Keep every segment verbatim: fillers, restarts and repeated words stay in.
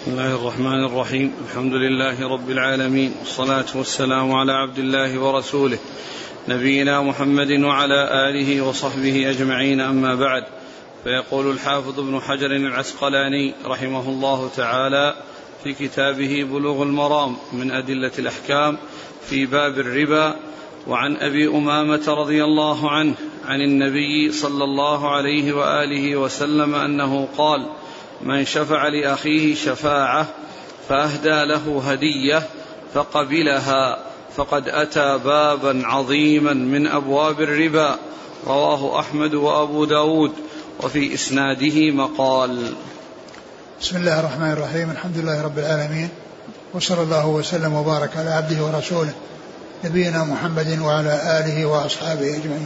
بسم الله الرحمن الرحيم. الحمد لله رب العالمين، والصلاة والسلام على عبد الله ورسوله نبينا محمد وعلى آله وصحبه أجمعين، أما بعد. فيقول الحافظ ابن حجر العسقلاني رحمه الله تعالى في كتابه بلوغ المرام من أدلة الأحكام في باب الربا: وعن أبي أمامة رضي الله عنه عن النبي صلى الله عليه وآله وسلم أنه قال: من شفع لأخيه شفاعة فأهدى له هدية فقبلها فقد أتى بابا عظيما من أبواب الربا. رواه أحمد وأبو داود، وفي إسناده مقال. بسم الله الرحمن الرحيم. الحمد لله رب العالمين، وصلى الله وسلم وبارك على عبده ورسوله نبينا محمد وعلى آله وأصحابه أجمعين.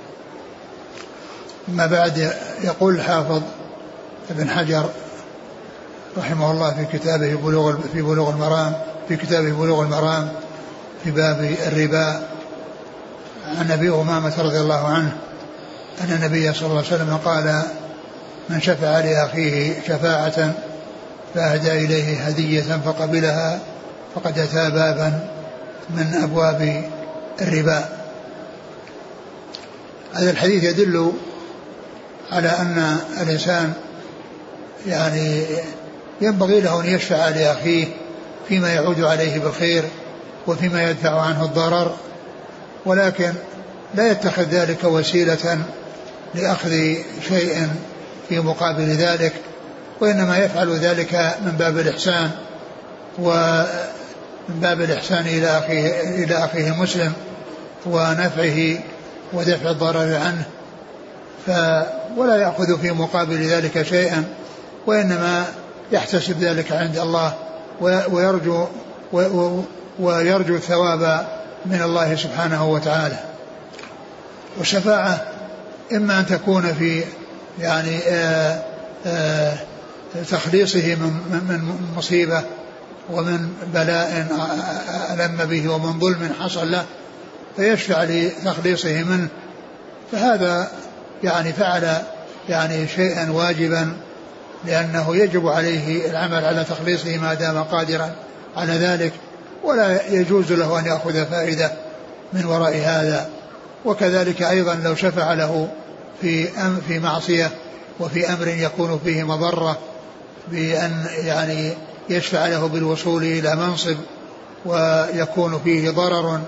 أما بعد، يقول الحافظ ابن حجر رحمه الله في كتابه بلوغ في بلوغ المرام في كتابه بلوغ المرام في باب الربا عن أبي أمامة رضي الله عنه أن النبي صلى الله عليه وسلم قال: من شفع لأخيه شفاعة فأهدى إليه هدية فقبلها فقد أتى بابا من أبواب الربا. هذا الحديث يدل على أن الإنسان يعني ينبغي له أن يشفع لأخيه فيما يعود عليه بالخير وفيما يدفع عنه الضرر، ولكن لا يتخذ ذلك وسيلة لأخذ شيء في مقابل ذلك، وإنما يفعل ذلك من باب الإحسان ومن باب الإحسان إلى أخيه, إلى أخيه المسلم ونفعه ودفع الضرر عنه، ولا يأخذ في مقابل ذلك شيئا، وإنما يحتسب ذلك عند الله ويرجو ويرجو الثواب من الله سبحانه وتعالى. والشفاعة إما أن تكون في يعني آآ آآ تخليصه من, من مصيبة ومن بلاء ألم به ومن ظلم حصل له فيشفع لتخليصه منه، فهذا يعني فعل يعني شيئا واجبا، لأنه يجب عليه العمل على تخليصه ما دام قادرا على ذلك، ولا يجوز له أن يأخذ فائدة من وراء هذا. وكذلك أيضا لو شفع له في في معصية وفي أمر يكون فيه مضرة، بأن يعني يشفع له بالوصول إلى منصب ويكون فيه ضرر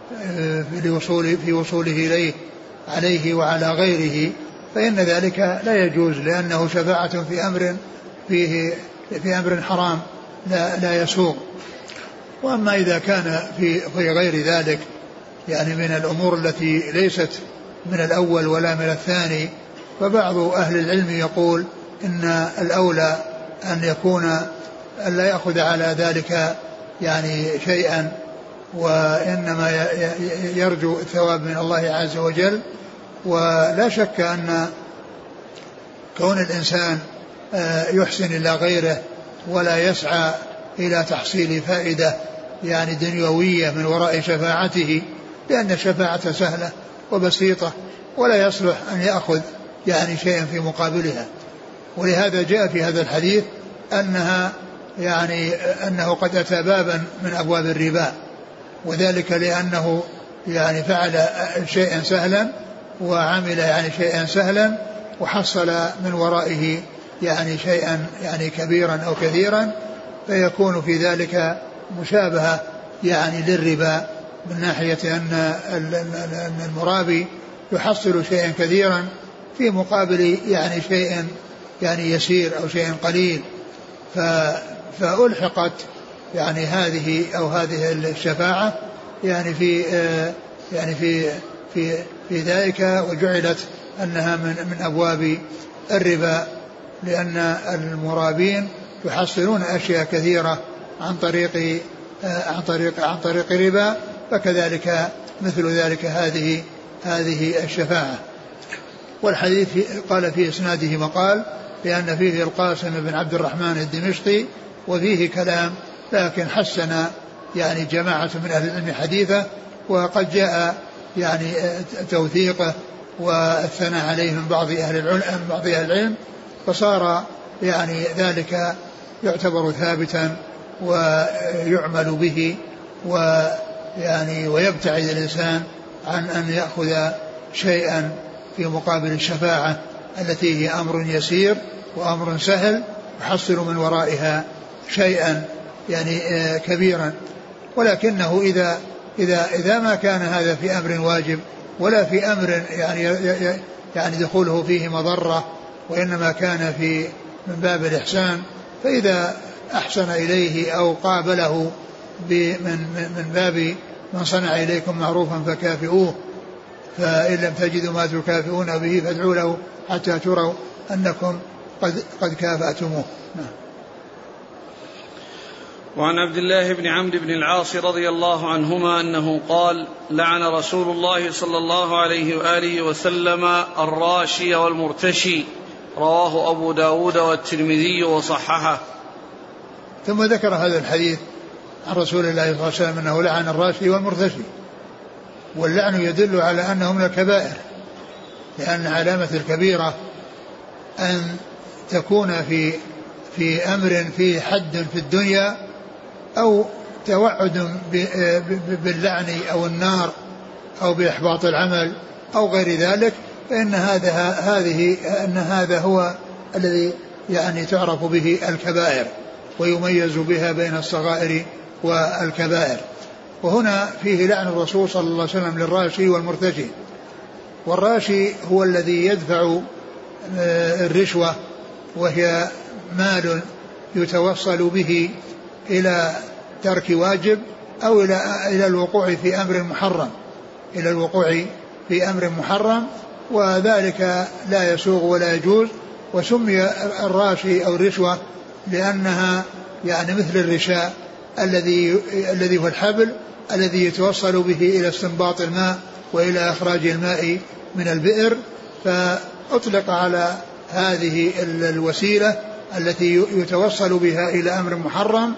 في وصوله إليه عليه وعلى غيره، فإن ذلك لا يجوز، لأنه شفاعة في أمر فيه في أمر حرام لا, لا يسوغ. وأما إذا كان في, في غير ذلك يعني من الأمور التي ليست من الأول ولا من الثاني، فبعض أهل العلم يقول إن الأولى أن يكون أن لا يأخذ على ذلك يعني شيئا، وإنما يرجو الثواب من الله عز وجل. ولا شك أن كون الإنسان يحسن إلى غيره ولا يسعى إلى تحصيل فائدة يعني دنيوية من وراء شفاعته، لأن الشفاعة سهلة وبسيطة ولا يصلح أن يأخذ يعني شيئا في مقابلها. ولهذا جاء في هذا الحديث أنها يعني أنه قد أتى بابا من أبواب الربا، وذلك لأنه يعني فعل شيئا سهلا وعمل يعني شيئا سهلا وحصل من ورائه يعني شيئا يعني كبيرا أو كثيرا، فيكون في ذلك مشابهة يعني للربا من ناحية أن المرابي يحصل شيئا كثيرا في مقابل يعني شيء يعني يسير أو شيء قليل، فألحقت يعني هذه أو هذه الشفاعة يعني في يعني في في في ذلك، وجعلت أنها من من أبواب الربا، لأن المرابين يحصلون أشياء كثيرة عن طريق عن طريق عن طريق الربا، فكذلك مثل ذلك هذه هذه الشفاعة. والحديث قال في إسناده مقال، لأن فيه القاسم بن عبد الرحمن الدمشقي وفيه كلام، لكن حسن يعني جماعة من أهل العلم حديثه، وقد جاء يعني توثيقه والثناء عليه من بعض أهل العلم بعض أهل العلم، فصار يعني ذلك يعتبر ثابتا ويعمل به، ويعني ويبتعد الإنسان عن أن يأخذ شيئا في مقابل الشفاعة التي هي أمر يسير وأمر سهل يحصل من ورائها شيئا يعني كبيرا. ولكنه إذا إذا إذا ما كان هذا في أمر واجب ولا في أمر يعني يعني دخوله فيه مضرة، وإنما كان في من باب الإحسان، فإذا أحسن إليه أو قابله من من باب من صنع إليكم معروفا فكافئوه، فإن لم تجدوا ما تكافئون به فادعوا له حتى تروا أنكم قد قد كافأتموه. وعن عبد الله بن عمرو بن العاص رضي الله عنهما أنه قال: لعن رسول الله صلى الله عليه وآله وسلم الراشي والمرتشي، رواه أبو داود والترمذي وصححه. ثم ذكر هذا الحديث عن رسول الله صلى الله عليه وسلم أنه لعن الراشي والمرتشي، واللعن يدل على أنه من الكبائر، لأن علامة الكبيرة أن تكون في في أمر فيه حد في الدنيا أو توعد باللعن أو النار أو بإحباط العمل أو غير ذلك، فإن هذا هذه أن هذا هو الذي يعني تعرف به الكبائر ويميز بها بين الصغائر والكبائر. وهنا فيه لعن الرسول صلى الله عليه وسلم للراشي والمرتشي. والراشي هو الذي يدفع الرشوة، وهي مال يتوصل به إلى ترك واجب أو إلى إلى الوقوع في أمر محرم إلى الوقوع في أمر محرم وذلك لا يسوغ ولا يجوز. وسمي الراشي أو الرشوة لأنها يعني مثل الرشاء الذي الذي هو الحبل الذي يتوصل به إلى استنباط الماء وإلى إخراج الماء من البئر، فأطلق على هذه الوسيلة التي يتوصل بها إلى أمر محرم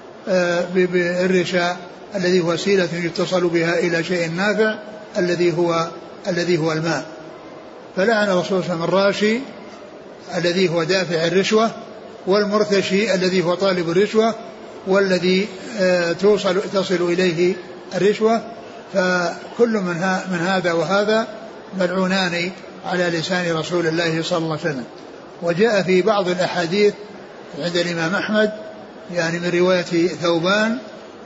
بالرشاء الذي هو وسيلة يتصل بها إلى شيء نافع الذي هو الذي هو الماء. فلعن الرسول صلى الله عليه وسلم الراشي الذي هو دافع الرشوة، والمرتشي الذي هو طالب الرشوة والذي توصل تصل إليه الرشوة. فكل من, من هذا وهذا ملعونان على لسان رسول الله صلى الله عليه وسلم. وجاء في بعض الأحاديث عند الإمام أحمد يعني من رواية ثوبان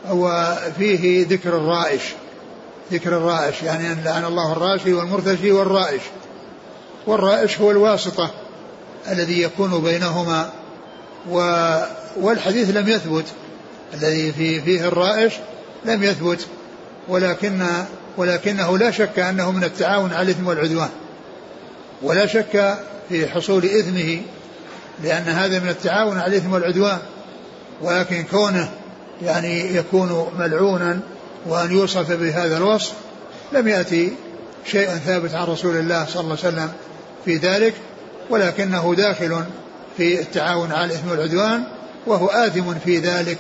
وفيه ذكر الرائش ذكر الرائش يعني أن لعن الله الراشي والمرتشي والرائش. والرائش هو الواسطة الذي يكون بينهما، والحديث لم يثبت الذي فيه, فيه الرائش لم يثبت، ولكن ولكنه لا شك أنه من التعاون على الإثم والعدوان، ولا شك في حصول إثمه لأن هذا من التعاون على الإثم والعدوان. ولكن كونه يعني يكون ملعونا وأن يوصف بهذا الوصف لم يأتي شيء ثابت عن رسول الله صلى الله عليه وسلم في ذلك، ولكنه داخل في التعاون على الإثم والعدوان وهو آثم في ذلك.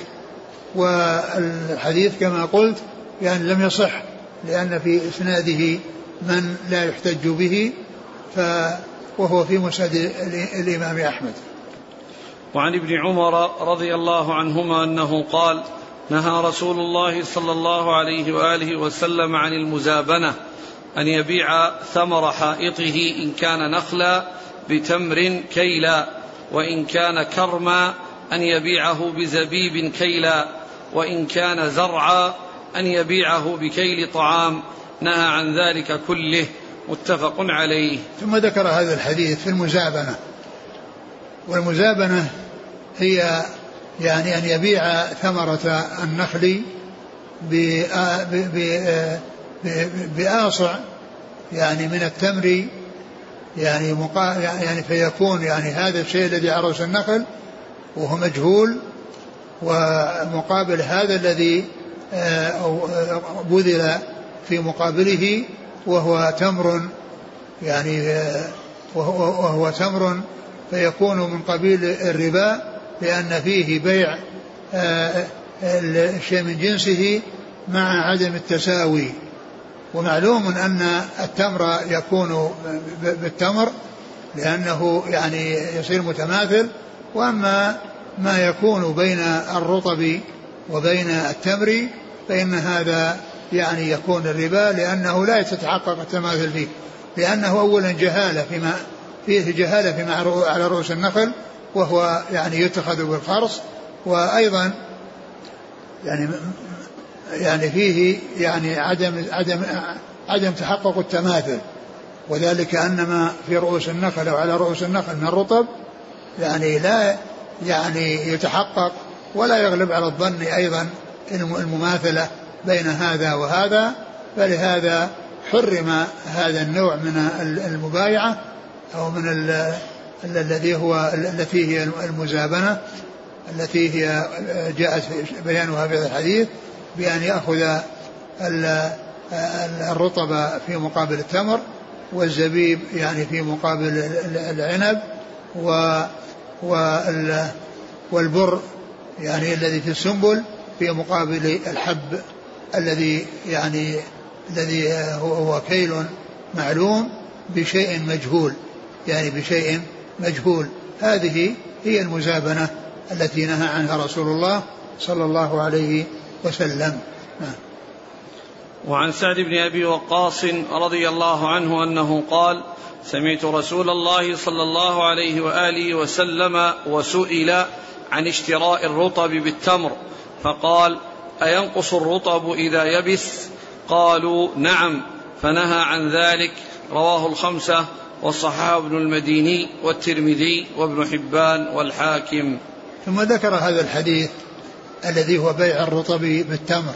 والحديث كما قلت يعني لم يصح لأن في إسناده من لا يحتج به، وهو في مسند الإمام أحمد. وعن ابن عمر رضي الله عنهما أنه قال: نهى رسول الله صلى الله عليه وآله وسلم عن المزابنة، أن يبيع ثمر حائطه إن كان نخلا بتمر كيلا، وإن كان كرما أن يبيعه بزبيب كيلا، وإن كان زرعا أن يبيعه بكيل طعام، نهى عن ذلك كله، متفق عليه. ثم ذكر هذا الحديث في المزابنة. والمزابنة هي يعني أن يبيع ثمرة النخل بآصع يعني من التمر يعني, يعني فيكون يعني هذا الشيء الذي عرس النخل وهو مجهول، ومقابل هذا الذي بذل في مقابله وهو تمر يعني وهو تمر فيكون من قبيل الربا، لأن فيه بيع الشيء من جنسه مع عدم التساوي. ومعلوم أن التمر يكون بالتمر لأنه يعني يصير متماثل، وأما ما يكون بين الرطب وبين التمر فإن هذا يعني يكون الربا، لأنه لا يتحقق التماثل فيه، لأنه أولا جهالة فيما فيه جهالة فيما على رؤوس النخل وهو يعني يتخذ بالخرص، وأيضا يعني يعني فيه يعني عدم عدم عدم تحقق التماثل، وذلك أن ما في رؤوس النخل أو على رؤوس النخل من الرطب يعني لا يعني يتحقق ولا يغلب على الظن أيضا المماثلة بين هذا وهذا، فلهذا حرم هذا النوع من المبايعة أو من الذي هو التي هي المزابنة التي هي جاءت بيانها في هذا الحديث، بأن يأخذ الرطب في مقابل التمر والزبيب يعني في مقابل العنب والبر يعني الذي في السنبل في مقابل الحب الذي يعني الذي هو كيل معلوم بشيء مجهول يعني بشيء مجهول. هذه هي المزابنة التي نهى عنها رسول الله صلى الله عليه وسلم. وعن سعد بن أبي وقاص رضي الله عنه أنه قال: سمعت رسول الله صلى الله عليه وآله وسلم وسئل عن اشتراء الرطب بالتمر فقال: أينقص الرطب إذا يبس؟ قالوا: نعم، فنهى عن ذلك. رواه الخمسة وصححه ابن المديني والترمذي وابن حبان والحاكم. ثم ذكر هذا الحديث الذي هو بيع الرطب بالتمر.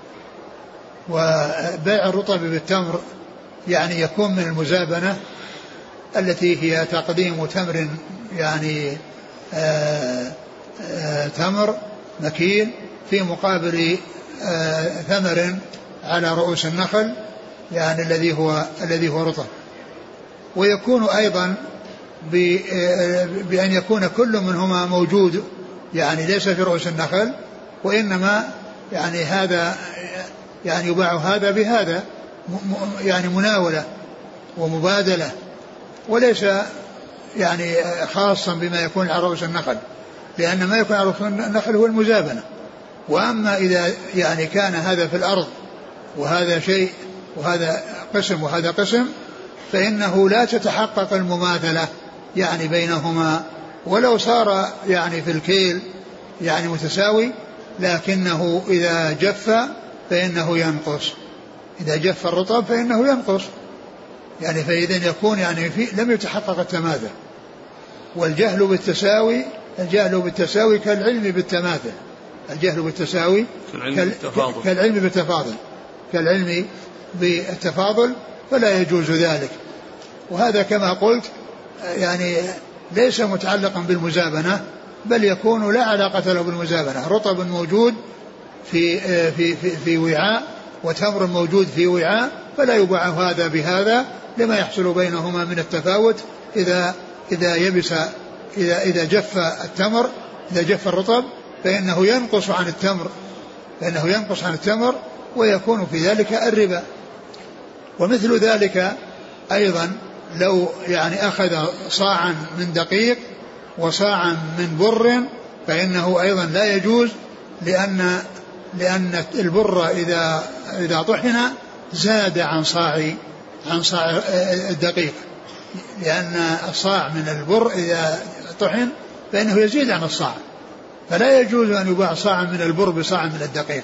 وبيع الرطب بالتمر يعني يكون من المزابنة التي هي تقديم تمر يعني آآ آآ تمر مكين في مقابل ثمر على رؤوس النخل يعني الذي هو الذي هو رطب. ويكون أيضا بأن يكون كل منهما موجود يعني ليس في رؤوس النخل، وإنما يعني هذا يعني يباع هذا بهذا يعني مناولة ومبادلة، وليس يعني خاصا بما يكون على رؤوس النخل، لأن ما يكون على رؤوس النخل هو المزابنة. وأما إذا يعني كان هذا في الأرض وهذا شيء وهذا قسم وهذا قسم فإنه لا تتحقق المماثلة يعني بينهما، ولو صار يعني في الكيل يعني متساوي، لكنه إذا جف فإنه ينقص، إذا جف الرطب فإنه ينقص يعني، فإذا يكون يعني في لم يتحقق التماثل. والجهل بالتساوي الجهل بالتساوي كالعلم بالتماثل، الجهل بالتساوي كالعلم بالتفاضل كالعلم بالتفاضل فلا يجوز ذلك. وهذا كما قلت يعني ليس متعلقا بالمزابنة، بل يكون لا علاقة له بالمزابنة. رطب موجود في في في, في وعاء وتمر موجود في وعاء، فلا يباع هذا بهذا لما يحصل بينهما من التفاوت. إذا إذا يبس إذا إذا جف التمر إذا جف الرطب فإنه ينقص عن التمر فإنه ينقص عن التمر ويكون في ذلك الربا. ومثل ذلك أيضا لو يعني أخذ صاعا من دقيق وصاعا من بر فإنه أيضا لا يجوز، لأن لأن البر إذا إذا طحن زاد عن صاع عن صاع الدقيق، لأن الصاع من البر إذا طحن فإنه يزيد عن الصاع، فلا يجوز أن يباع صاع من البر بصاع من الدقيق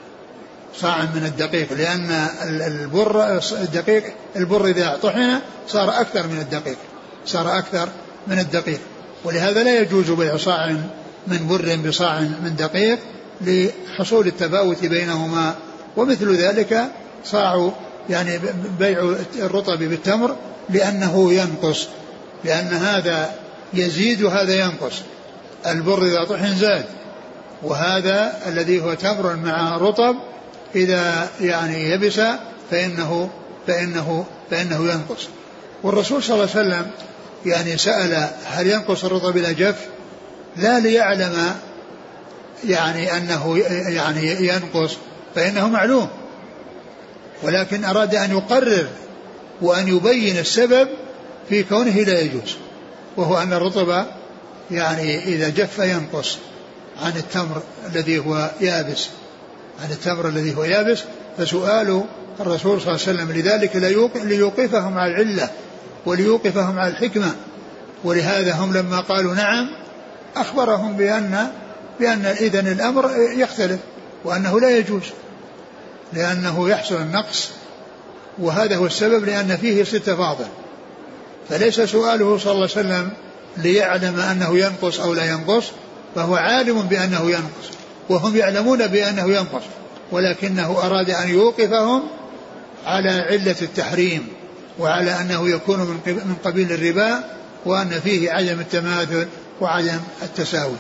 صاع من الدقيق، لأن البر الدقيق البر إذا طحن صار أكثر من الدقيق صار أكثر من الدقيق ولهذا لا يجوز بيع صاع من بر بصاع من دقيق لحصول التفاوت بينهما. ومثل ذلك صاع يعني بيع الرطب بالتمر لأنه ينقص، لأن هذا يزيد وهذا ينقص، البر إذا طحن زاد، وهذا الذي هو تمر مع رطب إذا يعني يبس فإنه فإنه فإنه ينقص. والرسول صلى الله عليه وسلم يعني سأل هل ينقص الرطب إلى جف، لا ليعلم يعني أنه يعني ينقص فإنه معلوم، ولكن أراد أن يقرر وأن يبين السبب في كونه لا يجوز، وهو أن الرطب يعني إذا جف ينقص عن التمر الذي هو يابس عن التمر الذي هو يابس فسؤال الرسول صلى الله عليه وسلم لذلك ليوقفهم على العلة وليوقفهم على الحكمة. ولهذا هم لما قالوا نعم أخبرهم بأن بأن إذن الأمر يختلف وأنه لا يجوز لأنه يحصل النقص، وهذا هو السبب لأن فيه ستة فاضل. فليس سؤاله صلى الله عليه وسلم ليعلم أنه ينقص أو لا ينقص، فهو عالم بأنه ينقص وهم يعلمون بأنه ينقص، ولكنه أراد أن يوقفهم على علة التحريم وعلى أنه يكون من قبيل الربا وأن فيه عدم التماثل وعدم التساوي.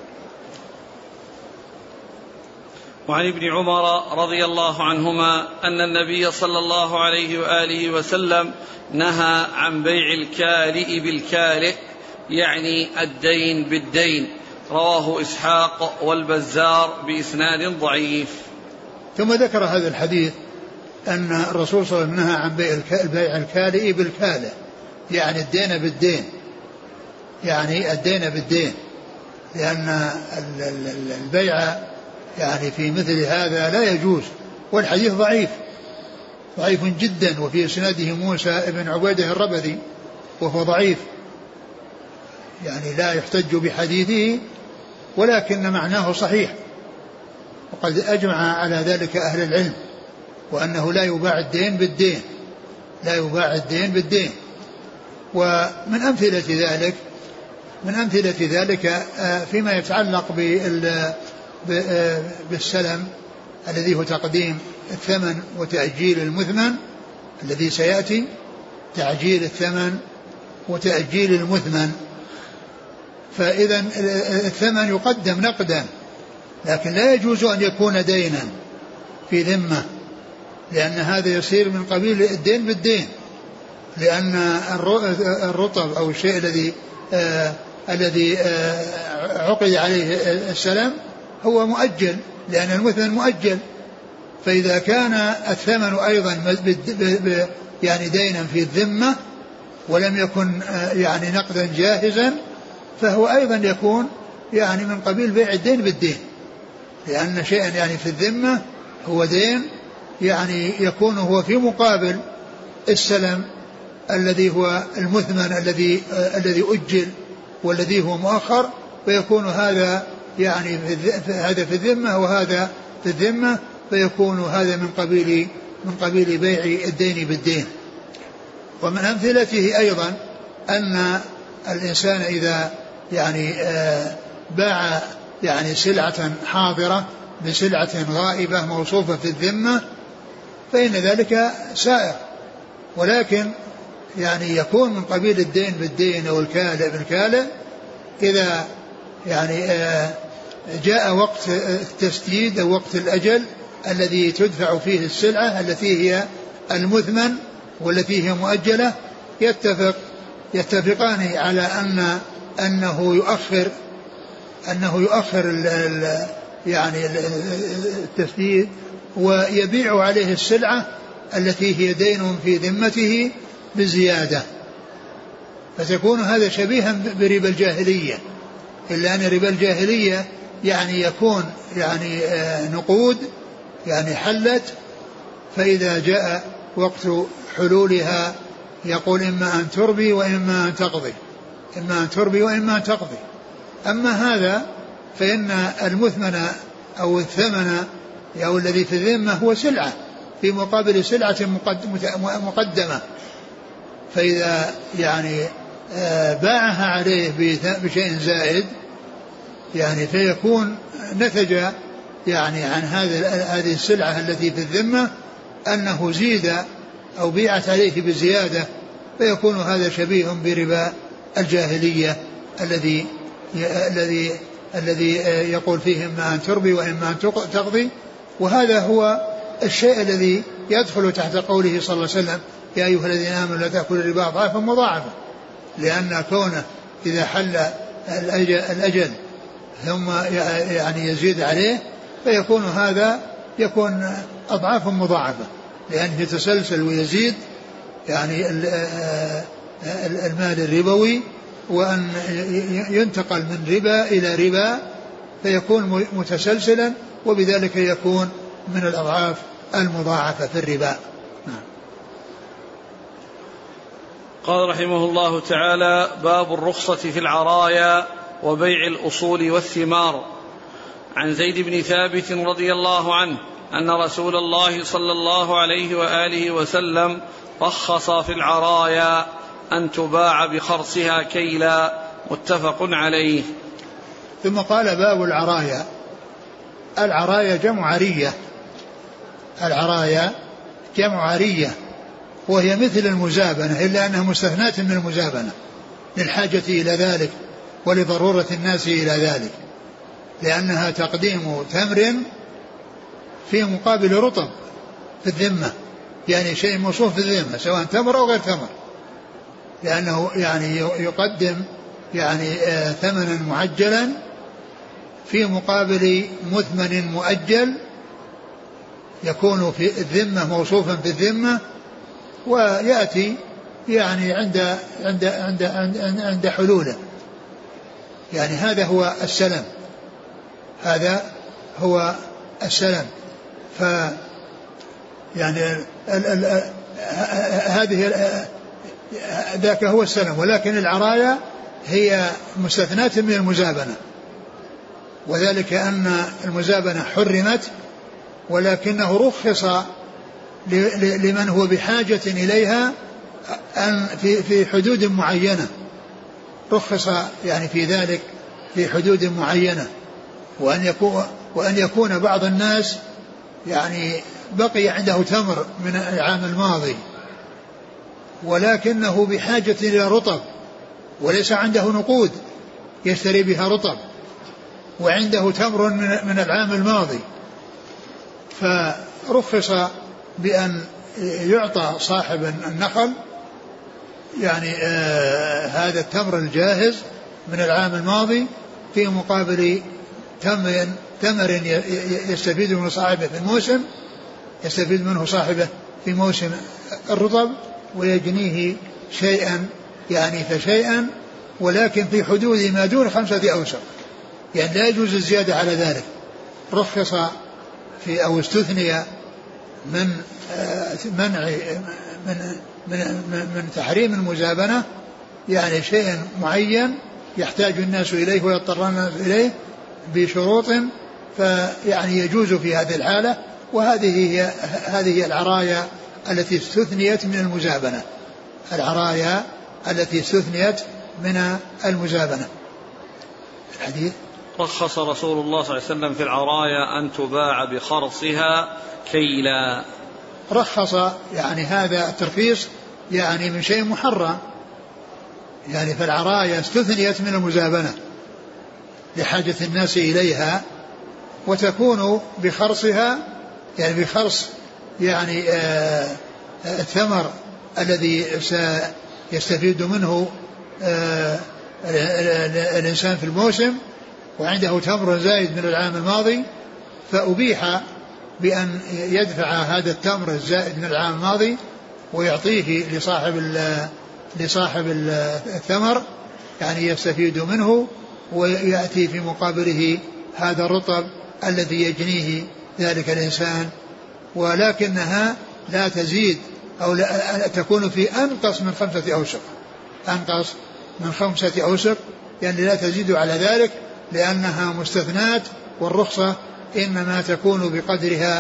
وعن ابن عمر رضي الله عنهما أن النبي صلى الله عليه وآله وسلم نهى عن بيع الكالئ بالكالئ يعني الدين بالدين، رواه إسحاق والبزار بإسناد ضعيف. ثم ذكر هذا الحديث أن الرسول صلى الله عليه وسلم نهى عن بيع الكالئ بالكالئ يعني الدين بالدين، يعني الدين بالدين، لأن البيع يعني في مثل هذا لا يجوز، والحديث ضعيف ضعيف جدا، وفي إسناده موسى بن عبيدة الربذي وهو ضعيف، يعني لا يحتج بحديثه ولكن معناه صحيح، وقد أجمع على ذلك أهل العلم وأنه لا يباع الدين بالدين، لا يباع الدين بالدين. ومن أمثلة ذلك من أمثلة ذلك فيما يتعلق بالسلم الذي هو تقديم الثمن وتأجيل المثمن الذي سيأتي، تعجيل الثمن وتأجيل المثمن. فإذا الثمن يقدم نقدا، لكن لا يجوز أن يكون دينا في ذمة، لأن هذا يصير من قبيل الدين بالدين، لأن الرطب أو الشيء الذي آه الذي آه عقد عليه السلم هو مؤجل، لأن المثمن مؤجل. فإذا كان الثمن أيضا يعني دينا في الذمة ولم يكن آه يعني نقدا جاهزا، فهو أيضا يكون يعني من قبيل بيع الدين بالدين، لأن شيئا يعني في الذمة هو دين يعني يكون هو في مقابل السلم الذي هو المثمن الذي الذي أجل والذي هو مؤخر، فيكون هذا يعني في هذا في الذمة وهذا في الذمة، فيكون هذا من قبيل من قبيل بيع الدين بالدين. ومن أمثلته أيضا أن الإنسان إذا يعني باع يعني سلعة حاضرة بسلعة غائبة موصوفة في الذمة فإن ذلك سائر، ولكن يعني يكون من قبيل الدين بالدين أو الكالئ بالكالئ إذا يعني جاء وقت التسديد أو وقت الأجل الذي تدفع فيه السلعة التي هي المثمن والتي هي مؤجلة، يتفق يتفقان على أن أنه يؤخر أنه يؤخر ال ال يعني التسديد ويبيع عليه السلعة التي هي دين في ذمته بزيادة، فتكون هذا شبيها بربا الجاهلية، إلا أن ربا الجاهلية يعني يكون يعني نقود يعني حلت، فإذا جاء وقت حلولها يقول إما أن تربي وإما أن تقضي، إما أن تربي وإما أن تقضي. أما هذا فإن المثمن أو الثمن أو الذي في الذمة هو سلعة في مقابل سلعة مقدمة، فإذا يعني باعها عليه بشيء زائد يعني فيكون نتج يعني عن هذه السلعة التي في الذمة أنه زيد أو بيعت عليه بزيادة، فيكون هذا شبيه بربا الجاهلية الذي الذي الذي يقول فيه إما أن تربي وإما أن تقضي. وهذا هو الشيء الذي يدخل تحت قوله صلى الله عليه وسلم يا أيها الذين آمنوا لا تأكلوا الربا ضعفا مضاعفا، لأن كونه إذا حل الأجل ثم يعني يزيد عليه فيكون هذا يكون أضعاف مضاعفة، لأنه يتسلسل ويزيد يعني المال الربوي، وأن ينتقل من ربا إلى ربا فيكون متسلسلا، وبذلك يكون من الأضعاف المضاعفة في الربا. قال رحمه الله تعالى: باب الرخصة في العرايا وبيع الأصول والثمار. عن زيد بن ثابت رضي الله عنه أن رسول الله صلى الله عليه وآله وسلم رخص في العرايا أن تباع بخرصها كيلا، متفق عليه. ثم قال: باب العرايا. العرايا جمع عرية، العرايا جمع عرية، وهي مثل المزابنة إلا أنها مستثناة من المزابنة للحاجة إلى ذلك ولضرورة الناس إلى ذلك، لأنها تقديم تمر في مقابل رطب في الذمة، يعني شيء موصوف في الذمة سواء تمر أو غير تمر، لأنه يعني يقدم يعني ثمنا معجلا في مقابل مثمن مؤجل يكون في الذمة موصوفا في الذمة، ويأتي يعني عند عند عند عند, عند حلوله. يعني هذا هو السلم، هذا هو السلم. ف يعني ال ال هذه ذاك هو السلم، ولكن العرايا هي مستثناة من المزابنة، وذلك أن المزابنة حرمت، ولكنه رخص لمن هو بحاجة إليها أن في في حدود معينة، رخص يعني في ذلك في حدود معينة، وأن يكون وأن يكون بعض الناس يعني بقي عنده تمر من العام الماضي ولكنه بحاجة إلى رطب، وليس عنده نقود يشتري بها رطب، وعنده تمر من العام الماضي، فرخص بأن يعطى صاحب النخل يعني آه هذا التمر الجاهز من العام الماضي في مقابل تمر تمر يستفيد منه صاحبه في الموسم يستفيد منه صاحبه في موسم الرطب، ويجنيه شيئا يعني فشيئا، ولكن في حدود ما دون خمسة أوسق، يعني لا يجوز الزيادة على ذلك. رخص في أو استثني من منع من من من تحريم المزابنة، يعني شيء معين يحتاج الناس إليه ويضطر الناس إليه بشروط، فيعني يجوز في هذه الحالة. وهذه هي هذه العرايا التي استثنيت من المزابنة، العرايا التي استثنيت من المزابنة. الحديث: رخص رسول الله صلى الله عليه وسلم في العرايا أن تباع بخرصها كيلا. رخص يعني هذا الترخيص يعني من شيء محرم، يعني فالعرايا استثنيت من المزابنة لحاجة الناس إليها، وتكون بخرصها يعني بخرص يعني آه الثمر الذي سيستفيد منه آه الإنسان في الموسم، وعنده تمر زائد من العام الماضي، فأبيح بأن يدفع هذا التمر الزائد من العام الماضي ويعطيه لصاحب لصاحب الثمر يعني يستفيد منه، ويأتي في مقابله هذا الرطب الذي يجنيه ذلك الإنسان، ولكنها لا تزيد أو لا تكون في أنقص من خمسة أوسق، أنقص من خمسة أوسق يعني لا تزيد على ذلك، لأنها مستثنات، والرخصة إنما تكون بقدرها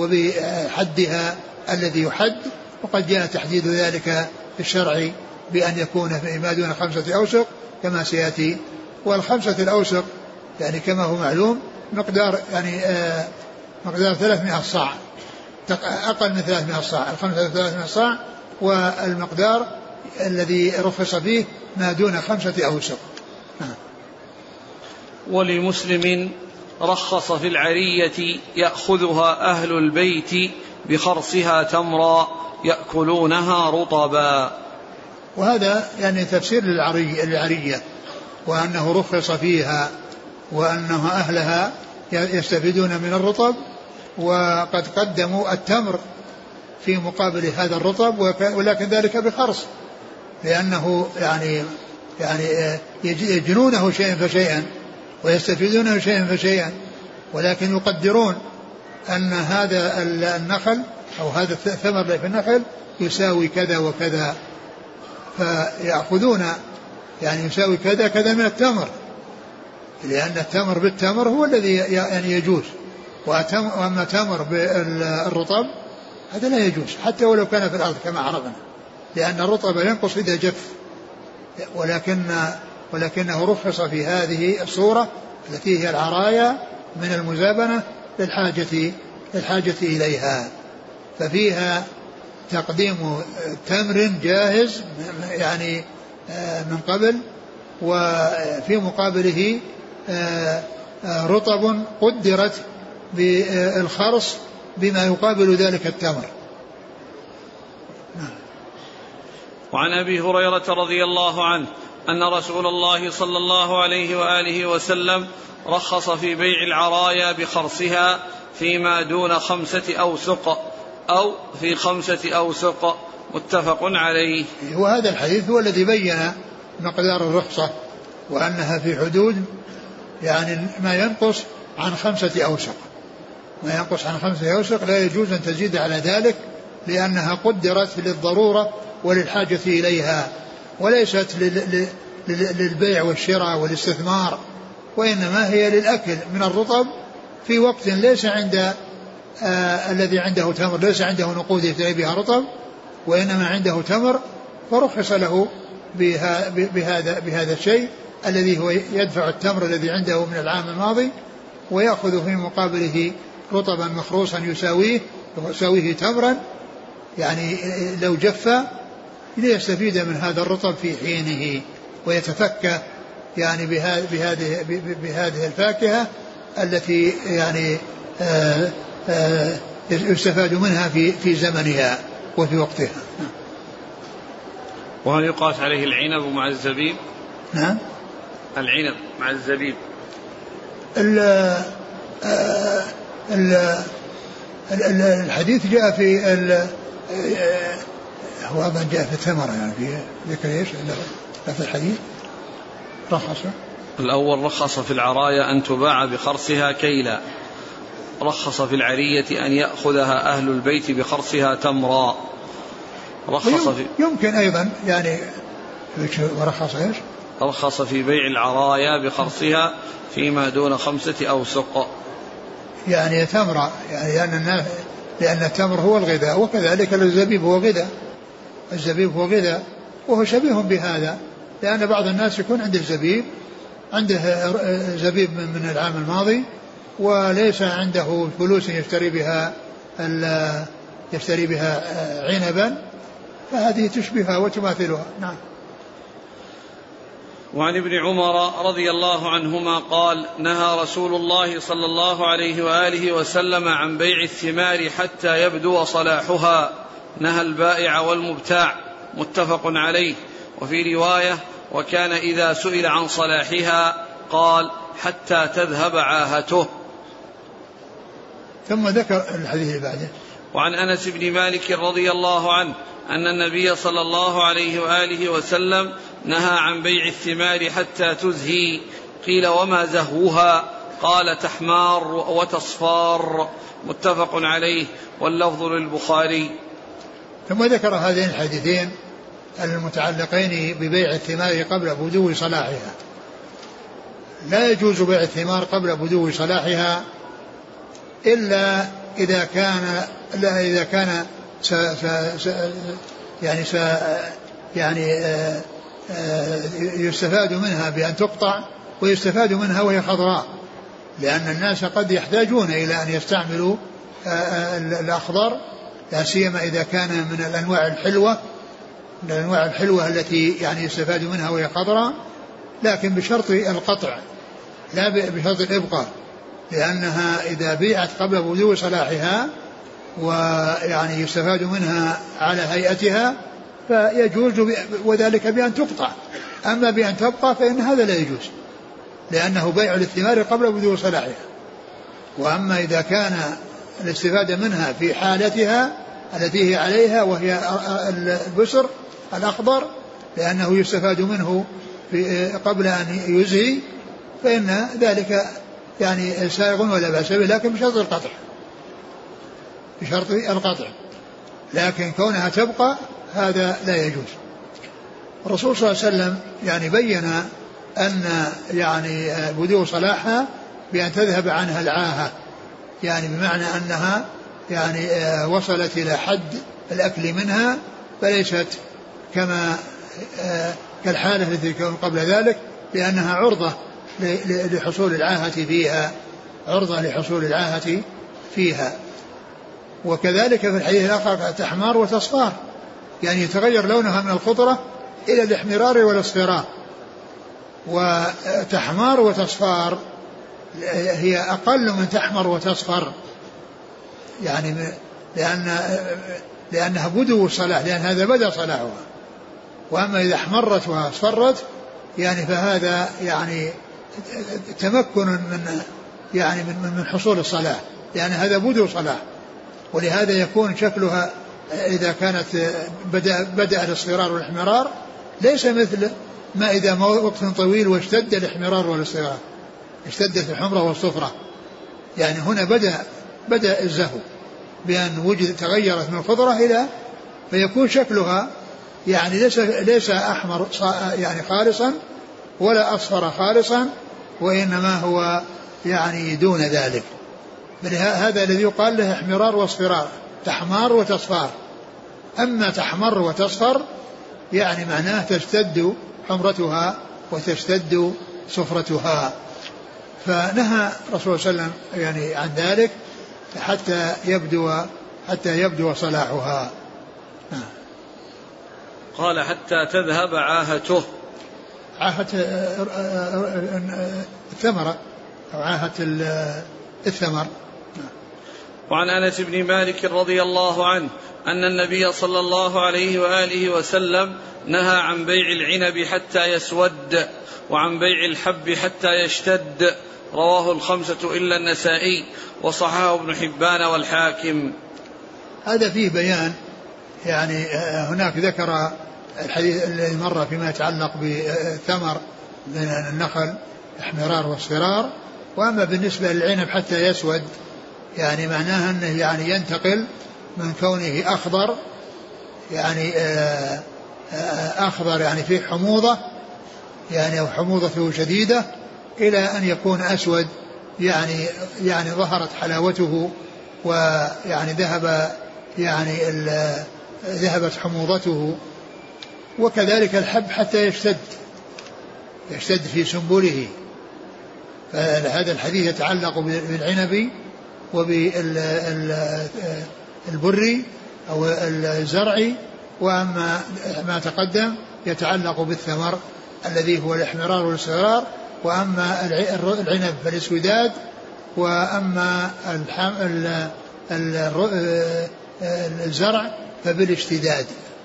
وبحدها الذي يحد، وقد جاء تحديد ذلك في الشرع بأن يكون ما دون خمسة أوسق كما سيأتي. والخمسة الأوسق يعني كما هو معلوم مقدار يعني آه مقدار ثلاثمائة صاع، أقل من ثلاثمائة صاع، الخمسة ثلاثمائة صاع، والمقدار الذي رخص فيه ما دون خمسة أوسق. ولمسلم: رخص في العرية يأخذها أهل البيت بخرصها تمرا يأكلونها رطبا. وهذا يعني تفسير للعرية، وأنه رخص فيها، وأنه أهلها يستفيدون من الرطب، وقد قدموا التمر في مقابل هذا الرطب، ولكن ذلك بخرص، لأنه يعني يعني يجنونه شيئا فشيئا، ويستفيدونه شيئا فشيئا، ولكن يقدرون أن هذا النخل أو هذا الثمر في النخل يساوي كذا وكذا، فيأخذون يعني يساوي كذا كذا من التمر، لأن التمر بالتمر هو الذي يعني يجوز، وأما تمر بالرطب هذا لا يجوز حتى ولو كان في الأرض كما عرفنا، لأن الرطب ينقص إذا جف، ولكن ولكنه رخص في هذه الصورة التي هي العرايا من المزابنة للحاجة للحاجة إليها، ففيها تقديم تمر جاهز يعني من قبل، وفي مقابله رطب قدرت بالخرص بما يقابل ذلك التمر. وعن أبي هريرة رضي الله عنه أن رسول الله صلى الله عليه وآله وسلم رخص في بيع العرايا بخرصها فيما دون خمسة أوسق أو في خمسة أوسق، متفق عليه. وهذا الحديث هو الذي بين مقدار الرخصة، وأنها في حدود يعني ما ينقص عن خمسة أوسق، ما ينقص عن خمسة أوسق لا يجوز أن تزيد على ذلك، لأنها قدرت للضرورة وللحاجة إليها، وليست للبيع والشراء والاستثمار، وإنما هي للأكل من الرطب في وقت ليس عند آه الذي عنده تمر ليس عنده نقود يشتري بها رطب، وإنما عنده تمر، فرخص له بها بهذا بهذا الشيء الذي هو يدفع التمر الذي عنده من العام الماضي، ويأخذ في مقابله رطبا مخروصا يساويه يساويه تمرا، يعني لو جف ليستفيد من هذا الرطب في حينه ويتفكه يعني بهذه بهذه الفاكهة التي يعني آآ آآ يستفاد منها في في زمنها وفي وقتها. وهل يقاس عليه العنب مع الزبيب؟ نعم، العنب مع الزبيب. ال ال الحديث جاء في ال هو أيضا جاء في الثمرة، يعني في ذكر ايش في الحديث رخص. الأول رخص في العرايا أن تباع بخرصها كيلا، رخص في العرية أن يأخذها أهل البيت بخرصها تمرا، رخص في يمكن أيضا يعني ورخص ايش؟ رخص في بيع العرايا بخرصها فيما دون خمسة أوسق، يعني تمرة، يعني لأن الناس لأن التمر هو الغذاء، وكذلك الزبيب هو غذاء، الزبيب هو غذاء وهو شبيه بهذا، لأن بعض الناس يكون عنده زبيب عنده زبيب من العام الماضي وليس عنده فلوس يشتري بها يشتري بها عنبا، فهذه تشبهها وتماثلها. نعم. وعن ابن عمر رضي الله عنهما قال: نهى رسول الله صلى الله عليه وآله وسلم عن بيع الثمار حتى يبدو صلاحها، نهى البائع والمبتاع، متفق عليه. وفي رواية: وكان إذا سئل عن صلاحها قال: حتى تذهب عاهته. ثم ذكر الحديث اللي بعده. وعن أنس بن مالك رضي الله عنه أن النبي صلى الله عليه وآله وسلم نهى عن بيع الثمار حتى تزهي. قيل: وما زهوها؟ قال: تحمار وتصفار، متفق عليه، واللفظ للبخاري. ثم ذكر هذين الحديثين المتعلقين ببيع الثمار قبل بدو صلاحها. لا يجوز بيع الثمار قبل بدو صلاحها إلا إذا كان لا إذا كان س س س يعني س يعني آآ آآ يستفاد منها بأن تقطع، ويستفاد منها وهي خضراء، لأن الناس قد يحتاجون إلى أن يستعملوا الأخضر، لا سيما إذا كان من الأنواع الحلوة من الأنواع الحلوة التي يعني يستفاد منها وهي خضراء، لكن بشرط القطع لا بشرط الإبقاء، لأنها إذا بيعت قبل بدو صلاحها ويعني يستفاد منها على هيئتها فيجوز، وذلك بأن تقطع. أما بأن تبقى فإن هذا لا يجوز، لأنه بيع للثمار قبل بدو صلاحها. وأما إذا كان الاستفادة منها في حالتها التي هي عليها وهي البسر الأخضر، لأنه يستفاد منه قبل أن يزهي، فإن ذلك يعني سائغ ولا بأس به، لكن بشرط القطع، بشرط القطع، لكن كونها تبقى هذا لا يجوز. الرسول صلى الله عليه وسلم يعني بين أن يعني بدو صلاحها بأن تذهب عنها العاهة، يعني بمعنى أنها يعني وصلت إلى حد الأكل منها، فليست كما كالحالة التي كانت قبل ذلك، لأنها عرضة لحصول العاهة فيها، عرضة لحصول العاهة فيها. وكذلك في الحديث الآخر تحمار وتصفار، يعني يتغير لونها من الخضرة إلى الاحمرار والاصفرار. وتحمار وتصفار هي أقل من تحمر وتصفر، يعني لأن لأنها بدو الصلاح، لأن هذا بدأ صلاحها. وأما إذا احمرت واصفرت يعني فهذا يعني تمكن من يعني من من حصول الصلاح، لأن هذا بدو صلاح. ولهذا يكون شكلها إذا كانت بدأ, بدأ الاصفرار والاحمرار ليس مثل ما إذا وقت طويل واشتد الاحمرار والاصفرار، اشتدت الحمرة والصفرة. يعني هنا بدأ بدأ الزهو بأن وجد تغيرت من الخضرة إلى فيكون شكلها يعني ليس ليس أحمر يعني خالصا ولا أصفر خالصا، وإنما هو يعني دون ذلك. هذا الذي يقال له احمرار واصفرار، تحمار وتصفار. أما تحمر وتصفر يعني معناه تشتد حمرتها وتشتد صفرتها. فنهى رسول صلى الله عليه وسلم يعني عن ذلك حتى يبدو حتى يبدو صلاحها. قال حتى تذهب عاهته، عاهة الثمرة أو عاهة الثمر. وعن أنس بن مالك رضي الله عنه أن النبي صلى الله عليه وآله وسلم نهى عن بيع العنب حتى يسود، وعن بيع الحب حتى يشتد، رواه الخمسة إلا النسائي، وصححه ابن حبان والحاكم. هذا فيه بيان، يعني هناك ذكر الحديث الذي مر فيما يتعلق بالثمر من النخل احمرار واصفرار. وأما بالنسبة للعنب حتى يسود يعني معناها أنه يعني ينتقل من كونه أخضر يعني أخضر يعني فيه حموضة يعني أو حموضته شديدة إلى أن يكون أسود، يعني يعني ظهرت حلاوته ويعني ذهب يعني ذهبت حموضته. وكذلك الحب حتى يشتد يشتد في سنبله. فهذا الحديث يتعلق بالعنب وبالبري أو الزرعي، وأما ما تقدم يتعلق بالثمر الذي هو الاحمرار والاصفرار. وأما العنب فالاسوداد، وأما الزرع فبالاشتداد.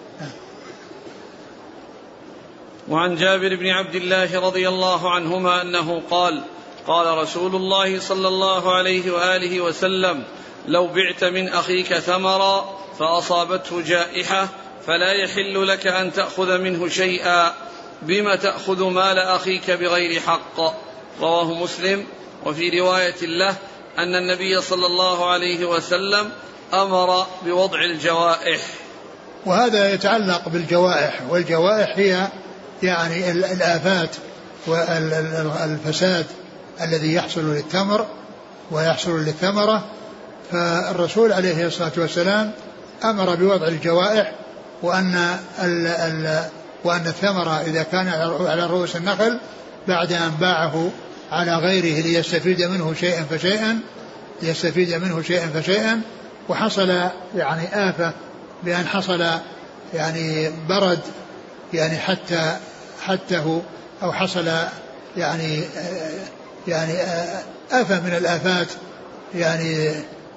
وعن جابر بن عبد الله رضي الله عنهما أنه قال قال رسول الله صلى الله عليه وآله وسلم لو بعت من أخيك ثمرا فأصابته جائحة فلا يحل لك أن تأخذ منه شيئا، بما تأخذ مال أخيك بغير حق، رواه مسلم. وفي رواية له أن النبي صلى الله عليه وسلم أمر بوضع الجوائح. وهذا يتعلق بالجوائح، والجوائح هي يعني الآفات والفساد الذي يحصل للتمر ويحصل للثمرة. فالرسول عليه الصلاة والسلام أمر بوضع الجوائح، وأن ال ال وأن الثمرة إذا كان على رؤوس النخل بعد أن باعه على غيره ليستفيد منه شيئا فشيئا ليستفيد منه شيئا فشيئا وحصل يعني آفة بأن حصل يعني برد يعني حتى حتى هو أو حصل يعني يعني آفة من الآفات يعني